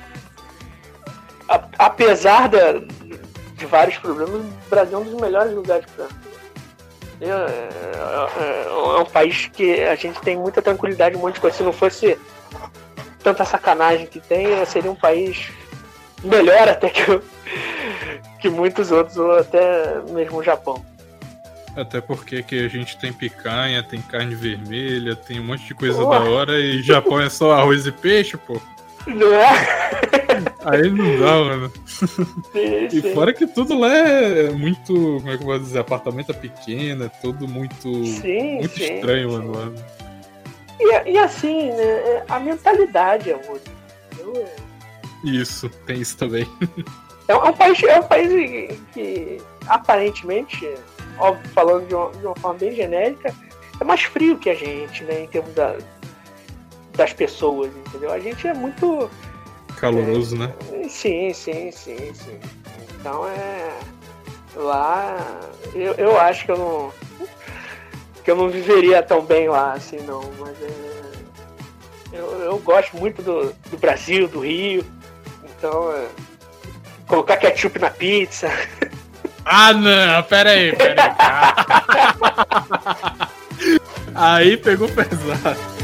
a, apesar da, de vários problemas, o Brasil é um dos melhores lugares para... É, é, é um país que a gente tem muita tranquilidade, um monte de coisa. Se não fosse tanta sacanagem que tem, seria um país melhor até que, que muitos outros, ou até mesmo o Japão. Até porque que a gente tem picanha, tem carne vermelha, tem um monte de coisa Ué. da hora, e Japão é só arroz e peixe, pô. Não é? Aí não dá, mano. Sim, e sim. fora que tudo lá é muito, como é que eu vou dizer, apartamento é pequeno, é tudo muito, sim, muito sim, estranho, sim. mano. Lá. E, e assim, né, a mentalidade é outra. Isso, tem isso também. É um país, é um país que, que aparentemente, óbvio, falando de uma, de uma forma bem genérica, é mais frio que a gente, né, em termos da, das pessoas, entendeu? A gente é muito... caloroso, é, né? Sim, sim, sim, sim. Então é... Lá... Eu, eu acho que eu não... que eu não viveria tão bem lá, assim, não. Mas é... Eu, eu gosto muito do, do Brasil, do Rio. Então, é... colocar ketchup na pizza. Ah, não! Pera aí, pera aí. Aí pegou pesado.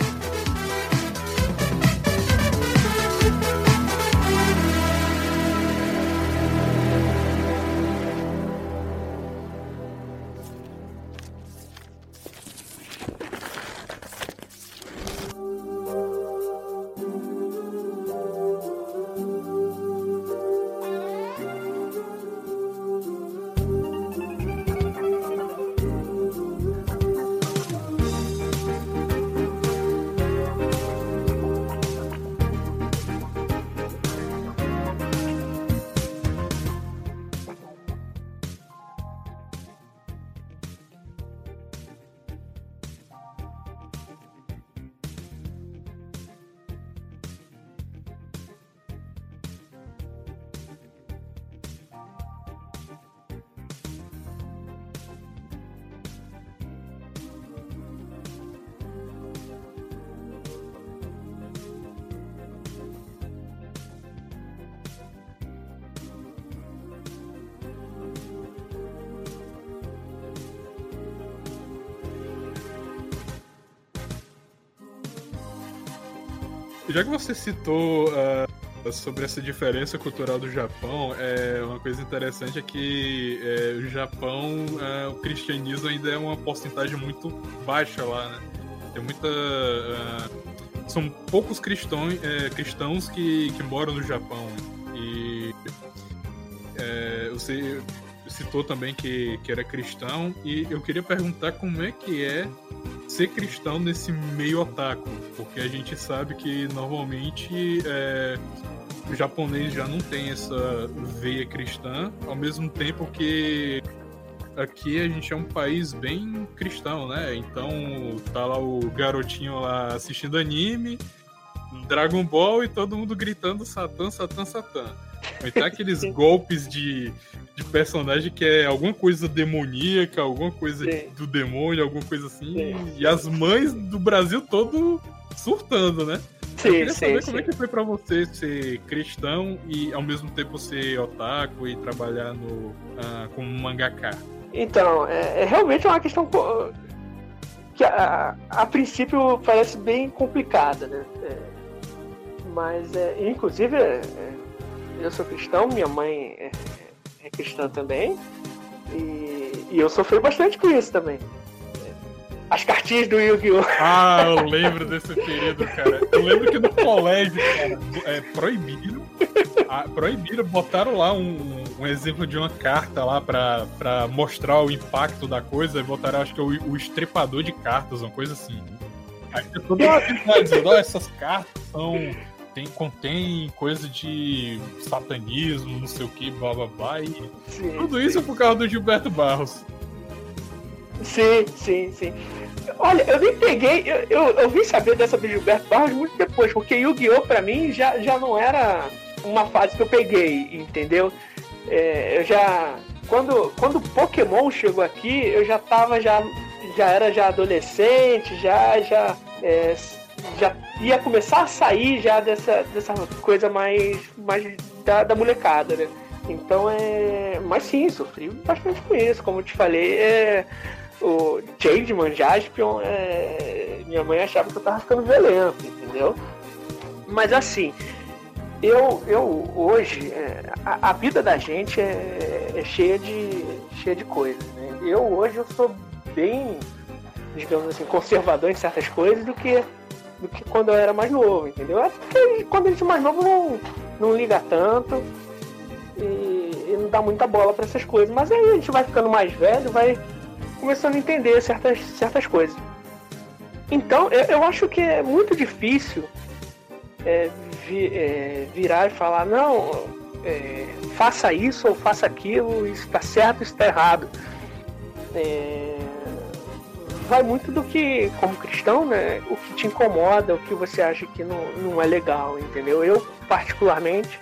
Já que você citou uh, sobre essa diferença cultural do Japão, é, uma coisa interessante é que é, o Japão, uh, o cristianismo ainda é uma porcentagem muito baixa lá, né? Tem muita... Uh, são poucos cristãos, é, cristãos que, que moram no Japão. E é, você citou também que, que era cristão, e eu queria perguntar como é que é ser cristão nesse meio otaku, porque a gente sabe que normalmente é, o japonês já não tem essa veia cristã, ao mesmo tempo que aqui a gente é um país bem cristão, né? Então tá lá o garotinho lá assistindo anime, Dragon Ball, e todo mundo gritando Satã, Satã, Satã. Então aqueles golpes de, de personagem que é alguma coisa demoníaca, alguma coisa Sim. do demônio, alguma coisa assim. Sim. E as mães do Brasil todo surtando, né? Sim, eu queria sim, saber sim. como é que foi pra você ser cristão e ao mesmo tempo ser otaku e trabalhar no, uh, como mangaka. Então, é, é realmente uma questão que a, a, a princípio parece bem complicada, né? É, mas, é, inclusive, é, eu sou cristão, minha mãe é, é cristã também, e, e eu sofri bastante com isso também. As cartinhas do Yu-Gi-Oh! Ah, eu lembro desse período, cara. Eu lembro que no colégio, cara, é, proibiram, ah, proibiram, botaram lá um, um exemplo de uma carta lá pra, pra mostrar o impacto da coisa, e botaram, acho que o, o estripador de cartas, uma coisa assim. Aí toda uma vida dizendo, ó, essas cartas são... Tem, contém coisa de satanismo, não sei o que, blá blá blá, e sim, tudo sim. Isso por causa do Gilberto Barros. Sim, sim, sim. Olha, eu nem peguei, eu, eu, eu vim saber dessa do Gilberto Barros muito depois, porque Yu-Gi-Oh! Pra mim já, já não era uma fase que eu peguei, entendeu? É, eu já... Quando, quando Pokémon chegou aqui, eu já tava, já, já era já adolescente, já, já, é, já ia começar a sair já dessa, dessa coisa mais, mais da, da molecada, né? Então é... Mas sim, sofri bastante com isso, como eu te falei, é... O Changeman, Jaspion, é... minha mãe achava que eu tava ficando violento, entendeu? Mas assim, eu, eu hoje, é... a, a vida da gente é, é cheia de, cheia de coisas, né? Eu hoje eu sou bem, digamos assim, conservador em certas coisas do que, do que quando eu era mais novo, entendeu? É porque quando a gente é mais novo não, não liga tanto e, e não dá muita bola para essas coisas, mas aí a gente vai ficando mais velho, vai começando a entender certas, certas coisas. Então, eu, eu acho que é muito difícil é, vi, é, virar e falar, não, é, faça isso ou faça aquilo, isso está certo, isso está errado. É, vai muito do que, como cristão, né, o que te incomoda, o que você acha que não, não é legal, entendeu? Eu, particularmente,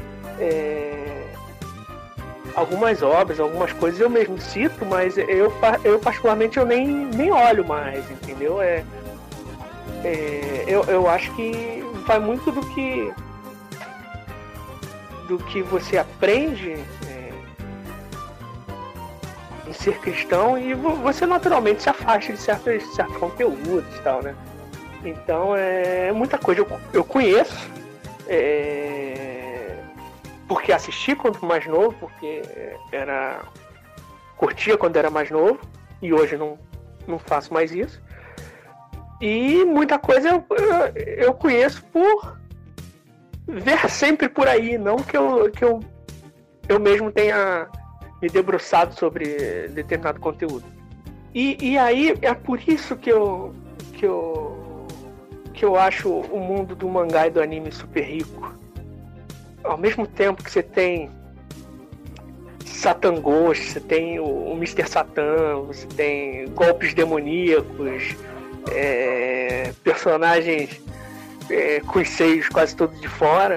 é, algumas obras, algumas coisas eu mesmo cito, mas eu, eu particularmente eu nem, nem olho mais, entendeu? É, é, eu, eu acho que vai muito do que do que você aprende é, em ser cristão e você naturalmente se afasta de certos, certos conteúdos e tal, né? Então é muita coisa eu, eu conheço, é, porque assisti quando mais novo, porque era curtia quando era mais novo e hoje não, não faço mais isso. E muita coisa eu, eu, eu conheço por ver sempre por aí, não que eu, que eu, eu mesmo tenha me debruçado sobre determinado conteúdo. E, e aí é por isso que eu, que, eu, que eu acho o mundo do mangá e do anime super rico. Ao mesmo tempo que você tem Satan Ghost, você tem o, o mister Satan, você tem golpes demoníacos, é, personagens é, com os seios quase todos de fora,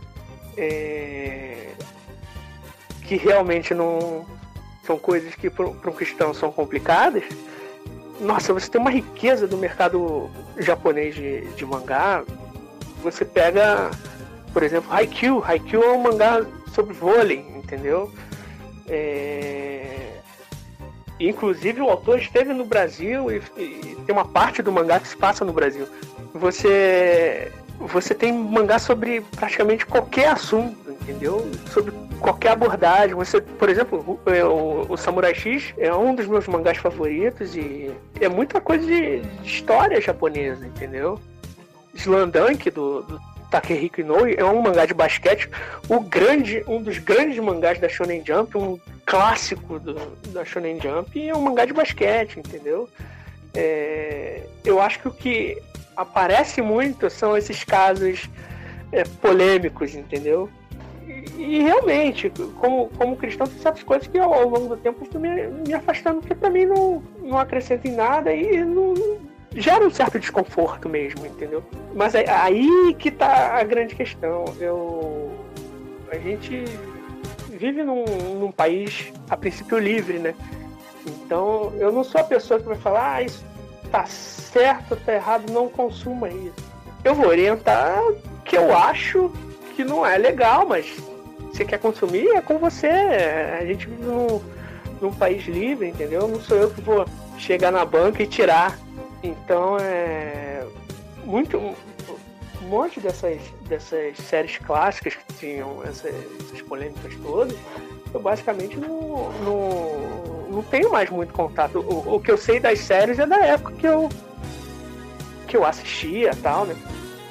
é, que realmente não são coisas que para um cristão são complicadas. Nossa, você tem uma riqueza do mercado japonês de, de mangá. Você pega, por exemplo, Haikyuu. Haikyuu é um mangá sobre vôlei, entendeu? É... Inclusive o autor esteve no Brasil e, e tem uma parte do mangá que se passa no Brasil. Você, você tem mangá sobre praticamente qualquer assunto, entendeu? Sobre qualquer abordagem. Você, por exemplo, o, o, o Samurai X é um dos meus mangás favoritos e é muita coisa de, de história japonesa, entendeu? Slandunk do, do Takehiko Inoue é um mangá de basquete, o grande, um dos grandes mangás da Shonen Jump, um clássico do, da Shonen Jump, e é um mangá de basquete, entendeu? É, eu acho que o que aparece muito são esses casos é, polêmicos, entendeu? E, e realmente, como, como cristão, tem certas coisas que ao, ao longo do tempo eu estou me, me afastando, porque pra mim não, não acrescenta em nada e não gera um certo desconforto mesmo, entendeu? Mas é aí que tá a grande questão. Eu, a gente vive num, num país, a princípio, livre, né? Então, eu não sou a pessoa que vai falar, ah, isso tá certo, tá errado, não consuma isso. eu vou orientar que eu acho que não é legal, mas você quer consumir, é com você. A gente vive num, num país livre, entendeu? Não sou eu que vou chegar na banca e tirar. Então, é... Muito... Um monte dessas, dessas séries clássicas que tinham essas, essas polêmicas todas, eu basicamente não, não, não tenho mais muito contato. O, o que eu sei das séries é da época que eu, que eu assistia e tal, né?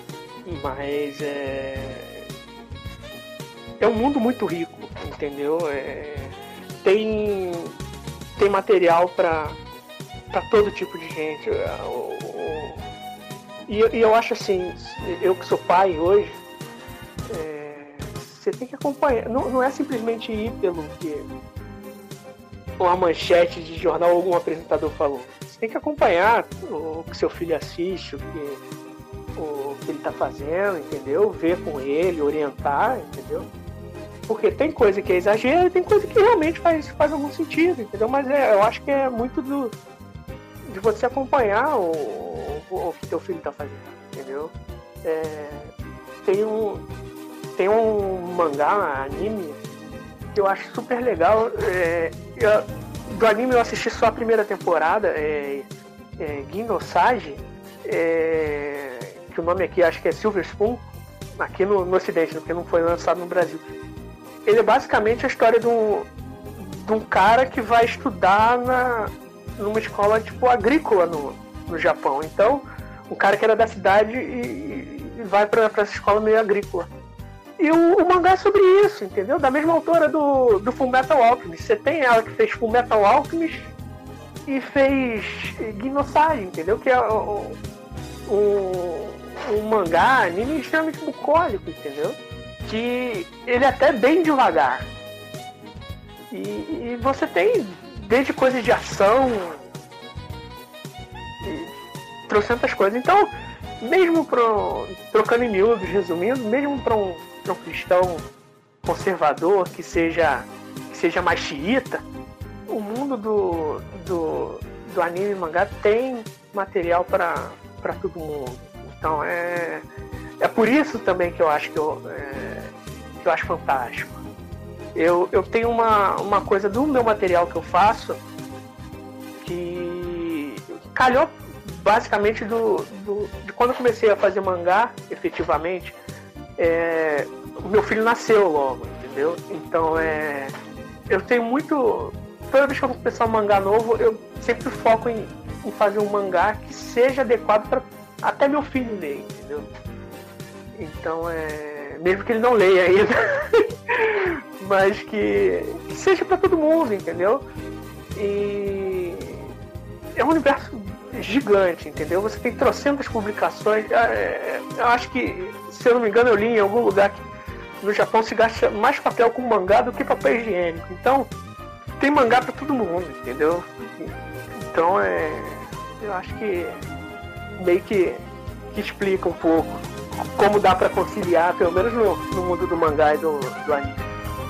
Mas é... É um mundo muito rico, entendeu? É... Tem, tem material para para todo tipo de gente. O, o... E, e eu acho assim, eu que sou pai hoje, é... você tem que acompanhar. Não, não é simplesmente ir pelo que uma manchete de jornal ou algum apresentador falou. Você tem que acompanhar o que seu filho assiste, o que, o que ele está fazendo, entendeu? Ver com ele, orientar, entendeu? Porque tem coisa que é exagero e tem coisa que realmente faz, faz algum sentido, entendeu? Mas é, eu acho que é muito do, de você acompanhar o, o, o que teu filho está fazendo, entendeu? É, tem um tem um mangá, anime, que eu acho super legal. É, eu, do anime eu assisti só a primeira temporada, é, é, Ginosage, é, que o nome aqui acho que é Silver Spoon, aqui no, no ocidente, porque não foi lançado no Brasil. Ele é basicamente a história de um, de um cara que vai estudar na, numa escola tipo agrícola no, no Japão. Então, um cara que era da cidade e, e vai para essa escola meio agrícola. E o, o mangá é sobre isso, entendeu? Da mesma autora do, do Fullmetal Alchemist. Você tem ela que fez Fullmetal Alchemist e fez Ginosage, entendeu? Que é um, um, um mangá, anime extremamente bucólico, entendeu? Que ele é até bem devagar. E, e você tem desde coisas de ação e trocentas coisas. Então, mesmo pro, trocando em miúdos, resumindo, mesmo para um, um cristão conservador que seja, que seja mais xiita, o mundo do, do, do anime e mangá tem material para todo mundo. Então é, é por isso também que eu acho que eu, é, que eu acho fantástico. Eu, eu tenho uma, uma coisa do meu material que eu faço que calhou basicamente do, do, de quando eu comecei a fazer mangá, efetivamente. É, o meu filho nasceu logo, entendeu? Então é, eu tenho muito... Toda vez que eu vou começar um mangá novo, eu sempre foco em, em fazer um mangá que seja adequado para até meu filho ler, entendeu? Então é... mesmo que ele não leia ainda, mas que, que seja para todo mundo, entendeu? E é um universo gigante, entendeu? Você tem trocentas publicações. Eu acho que, se eu não me engano, eu li em algum lugar que no Japão se gasta mais papel com mangá do que papel higiênico. Então, tem mangá para todo mundo, entendeu? Então, é... eu acho que meio que, que explica um pouco como dá para conciliar, pelo menos no, no mundo do mangá e do, do anime.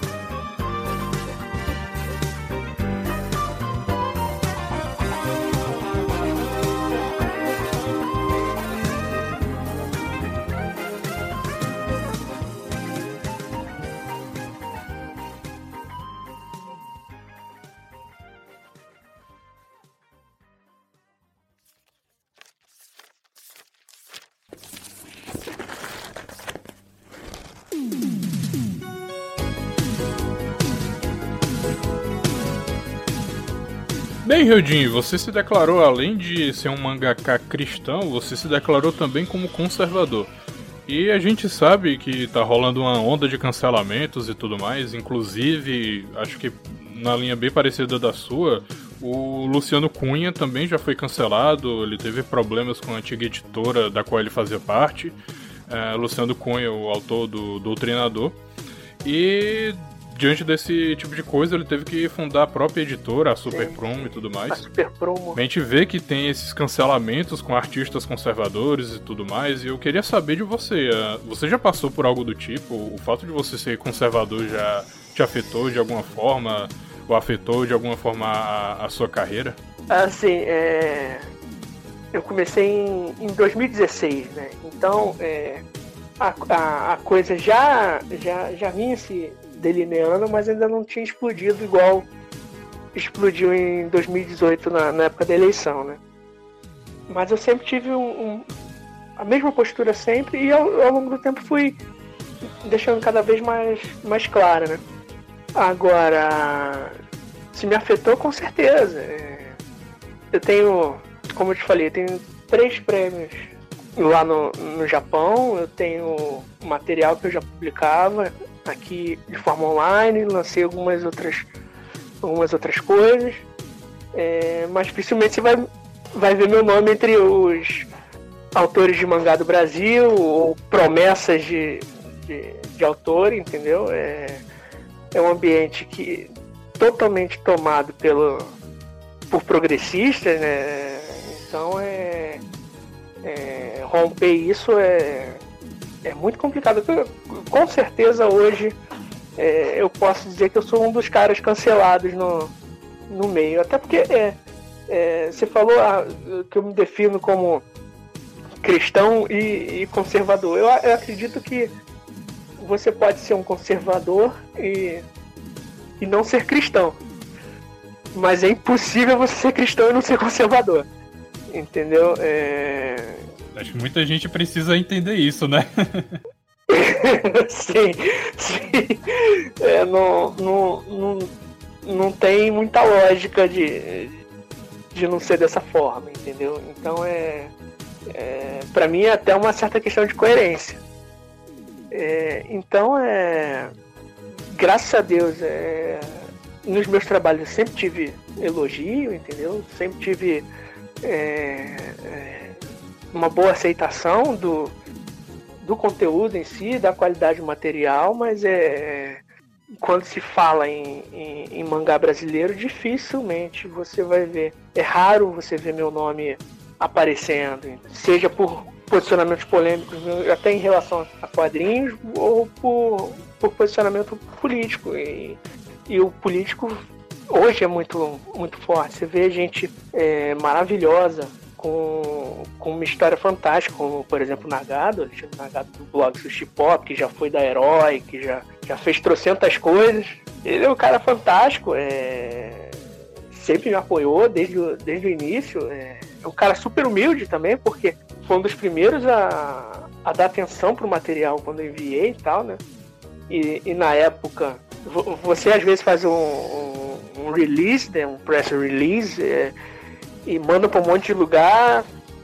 Bem, Ryujin, você se declarou, além de ser um mangaka cristão, você se declarou também como conservador. E a gente sabe que tá rolando uma onda de cancelamentos e tudo mais, inclusive, acho que na linha bem parecida da sua, o Luciano Cunha também já foi cancelado, ele teve problemas com a antiga editora da qual ele fazia parte, é, Luciano Cunha, o autor do Doutrinador, e... diante desse tipo de coisa, ele teve que fundar a própria editora, a Super Prumo e tudo mais. A Super Prumo. A gente vê que tem esses cancelamentos com artistas conservadores e tudo mais, e eu queria saber de você. Você já passou por algo do tipo? O fato de você ser conservador já te afetou de alguma forma? Ou afetou de alguma forma a, a sua carreira? Assim, é... eu comecei em, em dois mil e dezesseis, né? Então é, a, a, a coisa já, já, já vinha se delineando, mas ainda não tinha explodido igual explodiu em dois mil e dezoito, na, na época da eleição, né? Mas eu sempre tive um, um, a mesma postura sempre, e ao, ao longo do tempo fui deixando cada vez mais, mais clara, né? Agora, se me afetou, com certeza. É, eu tenho, como eu te falei, eu tenho três prêmios lá no, no Japão. Eu tenho material que eu já publicava aqui de forma online, lancei algumas outras, algumas outras coisas, é, mas dificilmente você vai, vai ver meu nome entre os autores de mangá do Brasil ou promessas de, de, de autor, entendeu? É, é um ambiente que totalmente tomado pelo, por progressistas, né? Então é, é romper isso é, é muito complicado. Com certeza hoje é, eu posso dizer que eu sou um dos caras cancelados no, no meio. Até porque é, é, você falou ah, que eu me defino como cristão e, e conservador. Eu, eu acredito que você pode ser um conservador e, e não ser cristão. Mas é impossível você ser cristão e não ser conservador. Entendeu? É... Acho que muita gente precisa entender isso, né? sim, sim. É, não, não, não, não tem muita lógica de, de não ser dessa forma, entendeu? Então é, é para mim é até uma certa questão de coerência. É, então é, graças a Deus, é, nos meus trabalhos eu sempre tive elogio, entendeu? Sempre tive é, é, uma boa aceitação do, do conteúdo em si, da qualidade do material, mas é, quando se fala em, em, em mangá brasileiro, dificilmente você vai ver. É raro você ver meu nome aparecendo, seja por posicionamentos polêmicos, até em relação a quadrinhos, ou por, por posicionamento político. E, e o político hoje é muito, muito forte. Você vê gente é, maravilhosa, com, com uma história fantástica, como, por exemplo, Nagado, Alexandre Nagado do blog Sushi Pop, que já foi da Herói, que já, já fez trocentas coisas. Ele é um cara fantástico, é, sempre me apoiou desde o, desde o início. É, é um cara super humilde também, porque foi um dos primeiros a, a dar atenção pro material quando eu enviei e tal, né? E, e na época, você às vezes faz um, um, um release, né? Um press release, é, e manda para um monte de lugar,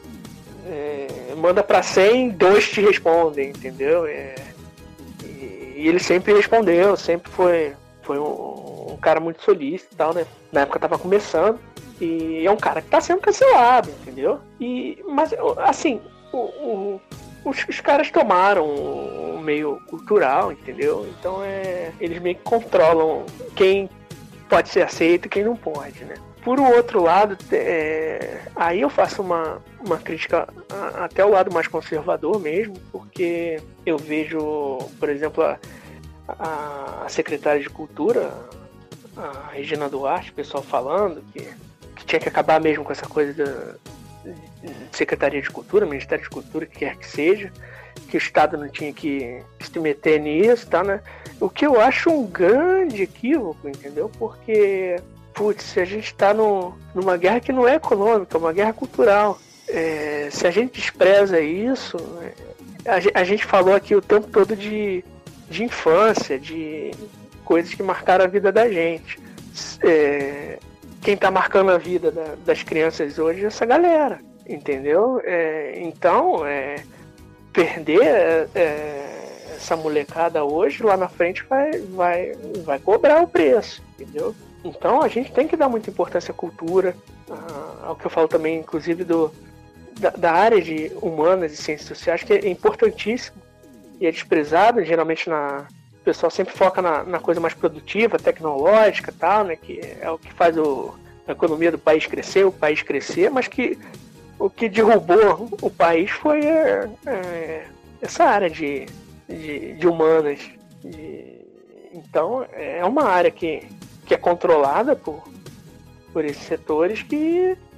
é, manda para cem, dois te respondem, entendeu? É, e, e ele sempre respondeu, sempre foi, foi um, um cara muito solícito e tal, né? Na época tava começando, e é um cara que tá sendo cancelado, entendeu? E, mas, assim, o, o, os, os caras tomaram o meio cultural, entendeu? Então, é, eles meio que controlam quem pode ser aceito e quem não pode, né? Por um outro lado, é, aí eu faço uma, uma crítica a, até o lado mais conservador mesmo, porque eu vejo, por exemplo, a, a, a secretária de Cultura, a Regina Duarte, o pessoal falando que, que tinha que acabar mesmo com essa coisa da de Secretaria de Cultura, Ministério de Cultura, que quer que seja, que o Estado não tinha que, que se meter nisso, tá, né? O que eu acho um grande equívoco, entendeu? Porque... Putz, a gente está numa guerra que não é econômica, é uma guerra cultural. É, se a gente despreza isso, a, a gente falou aqui o tempo todo de, de infância, de coisas que marcaram a vida da gente. É, quem está marcando a vida da, das crianças hoje é essa galera, entendeu? É, então, é, perder é, essa molecada hoje, lá na frente, vai, vai, vai cobrar o preço, entendeu? Então a gente tem que dar muita importância à cultura, ao que eu falo também, inclusive, do, da, da área de humanas e ciências sociais, que é importantíssimo e é desprezado. Geralmente na, o pessoal sempre foca na, na coisa mais produtiva, tecnológica e tal, né, que é o que faz o, a economia do país crescer, o país crescer, mas que o que derrubou o país foi é, é, essa área de, de, de humanas. De, então é uma área que que é controlada por, por esses setores que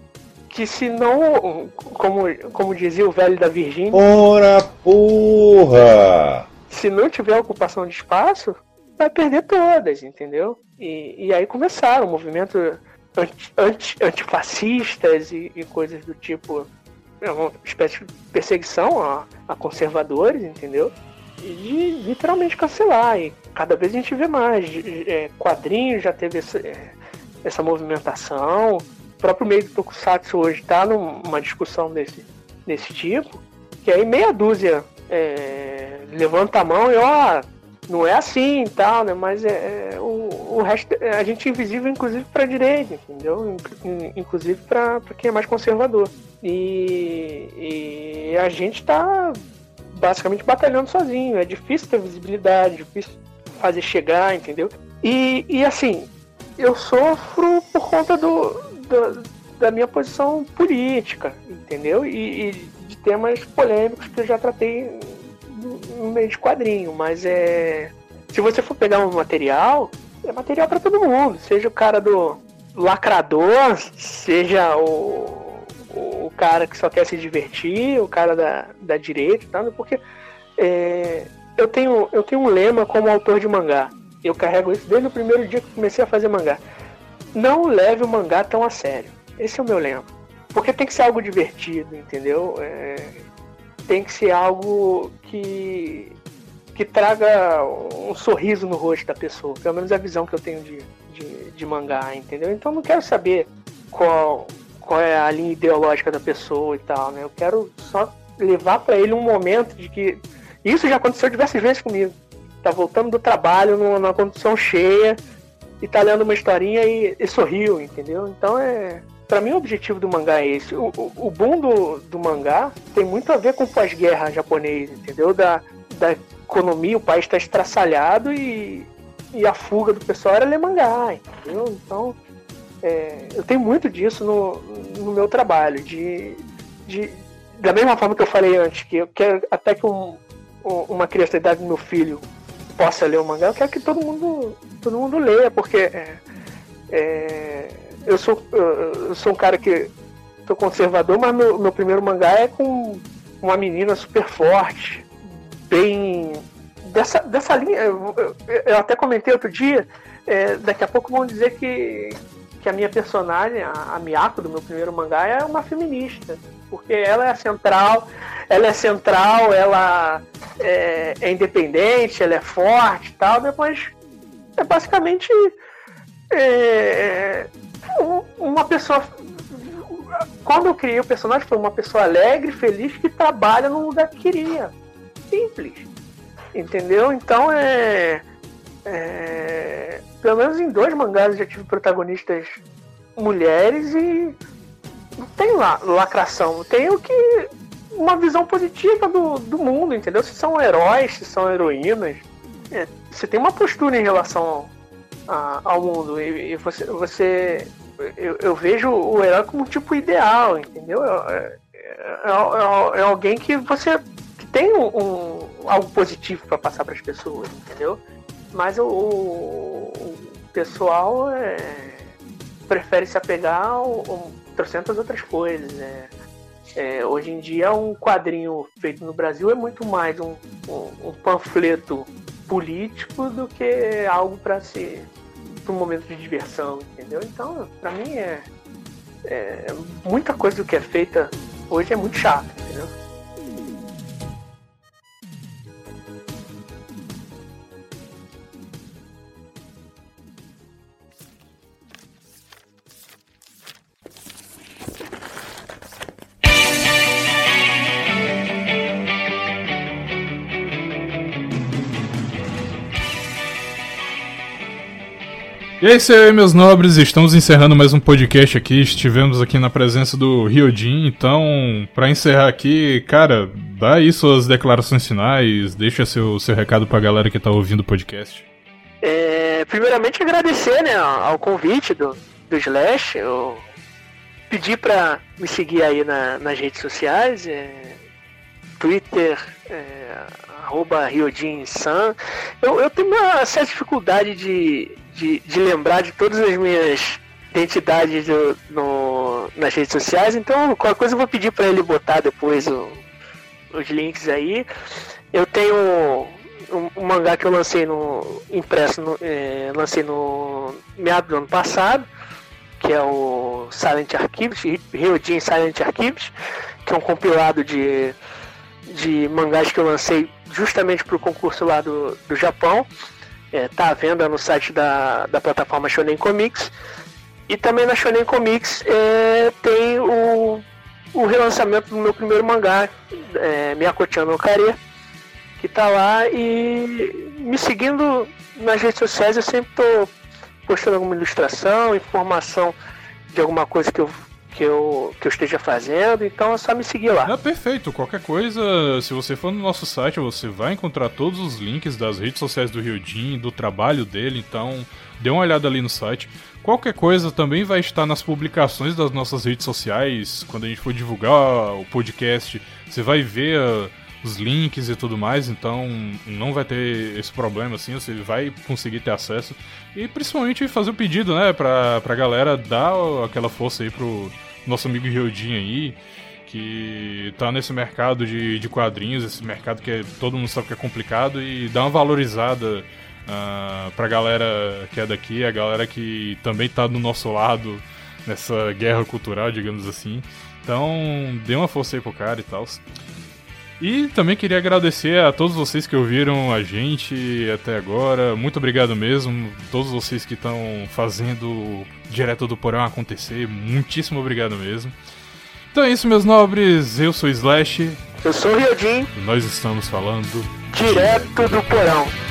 que se não, como, como dizia o velho da Virgínia, ora porra! Se não tiver ocupação de espaço, vai perder todas, entendeu? E, e aí começaram o movimento anti, anti, antifascistas e, e coisas do tipo, é uma espécie de perseguição a, a conservadores, entendeu? E de literalmente cancelar. E cada vez a gente vê mais. É, quadrinhos já teve essa, é, essa movimentação. O próprio meio do Tokusatsu hoje está numa discussão desse, desse tipo. Que aí meia dúzia é, levanta a mão e ó, não é assim e tal, né? Mas é, é, o, o resto, a gente é invisível inclusive para a direita, entendeu? Inclusive para quem é mais conservador. E, e a gente está basicamente batalhando sozinho. É difícil ter visibilidade, é difícil fazer chegar, entendeu? E, e assim, eu sofro por conta do, do, da minha posição política, entendeu? E, e de temas polêmicos que eu já tratei no, no meio de quadrinho. Mas é, se você for pegar um material, é material para todo mundo. Seja o cara do lacrador, seja o o cara que só quer se divertir, o cara da, da direita, tá? Porque é, eu, tenho, eu tenho um lema como autor de mangá. Eu carrego isso desde o primeiro dia que comecei a fazer mangá. Não leve o mangá tão a sério. Esse é o meu lema. Porque tem que ser algo divertido, entendeu? É, tem que ser algo que, que traga um sorriso no rosto da pessoa. Pelo menos a visão que eu tenho de, de, de mangá, entendeu? Então não quero saber qual... qual é a linha ideológica da pessoa e tal, né? Eu quero só levar para ele um momento de que... Isso já aconteceu diversas vezes comigo. Tá voltando do trabalho numa condição cheia e tá lendo uma historinha e, e sorriu, entendeu? Então, é... Pra mim, o objetivo do mangá é esse. O, o, o boom do, do mangá tem muito a ver com o pós-guerra japonês, entendeu? Da, da economia, o país tá estraçalhado e, e a fuga do pessoal era ler mangá, entendeu? Então... É, eu tenho muito disso no, no meu trabalho, de, de, da mesma forma que eu falei antes, que eu quero até que um, uma criança da idade do meu filho possa ler o mangá, eu quero que todo mundo, todo mundo leia, porque é, é, eu, sou, eu sou um cara que sou conservador, mas meu, meu primeiro mangá é com uma menina super forte, bem... Dessa, dessa linha, eu, eu, eu até comentei outro dia, é, daqui a pouco vão dizer que que a minha personagem, a Miyako do meu primeiro mangá, é uma feminista, porque ela é central, ela é central, ela é, é independente, ela é forte e tal, depois é basicamente é, uma pessoa... Quando eu criei o personagem, foi uma pessoa alegre, feliz, que trabalha no lugar que queria. Simples. Entendeu? Então é... É, pelo menos em dois mangás eu já tive protagonistas mulheres e não tem lá lacração, tem o que uma visão positiva do, do mundo, entendeu? Se são heróis, se são heroínas, é, você tem uma postura em relação a, ao mundo e, e você, você eu, eu vejo o herói como um tipo ideal, entendeu? É, é, é, é alguém que você que tem um, um, algo positivo para passar para as pessoas, entendeu? Mas o, o pessoal é, prefere se apegar a, a trocentas outras coisas, né? É, hoje em dia um quadrinho feito no Brasil é muito mais um, um, um panfleto político do que algo para ser para um momento de diversão, entendeu? Então, para mim é, é muita coisa do que é feita hoje é muito chato, entendeu? E é isso aí, meus nobres, estamos encerrando mais um podcast aqui, estivemos aqui na presença do Ryojin, então, pra encerrar aqui, cara, dá aí suas declarações finais, deixa seu, seu recado pra galera que tá ouvindo o podcast. É, primeiramente agradecer, né, ao convite do, do Slash, eu pedi pra me seguir aí na, nas redes sociais, é, Twitter, é, arroba Ryojin-san. Eu, eu tenho uma certa dificuldade de, de, de lembrar de todas as minhas identidade do, no, nas redes sociais, então qualquer coisa eu vou pedir para ele botar depois o, os links aí. Eu tenho um, um mangá que eu lancei no impresso, no, é, lancei no meado do ano passado, que é o Silent Archives, Ryujin Silent Archives, que é um compilado de, de mangás que eu lancei justamente para o concurso lá do, do Japão. É, tá à venda no site da, da plataforma Shonen Comics. E também na Shonen Comics é, tem o, o relançamento do meu primeiro mangá, é, Miyako-chan no Kare, que tá lá. E me seguindo nas redes sociais, eu sempre tô postando alguma ilustração, informação de alguma coisa que eu, que eu, que eu esteja fazendo, então é só me seguir lá. É perfeito, qualquer coisa, se você for no nosso site, você vai encontrar todos os links das redes sociais do Ryujin, do trabalho dele, então dê uma olhada ali no site. Qualquer coisa também vai estar nas publicações das nossas redes sociais, quando a gente for divulgar o podcast, você vai ver uh, os links e tudo mais, então não vai ter esse problema, assim, você vai conseguir ter acesso. E principalmente fazer o pedido, né, pra, pra galera dar aquela força aí pro nosso amigo Ryujin aí, que tá nesse mercado de, de quadrinhos, esse mercado que é, todo mundo sabe que é complicado, e dá uma valorizada uh, pra galera que é daqui, a galera que também tá do nosso lado nessa guerra cultural, digamos assim. Então, dê uma força aí pro cara e tal. E também queria agradecer a todos vocês que ouviram a gente até agora. Muito obrigado mesmo. Todos vocês que estão fazendo Direto do Porão acontecer. Muitíssimo obrigado mesmo. Então é isso, meus nobres. Eu sou Slash. Eu sou o Ryujin. E nós estamos falando Direto do Porão.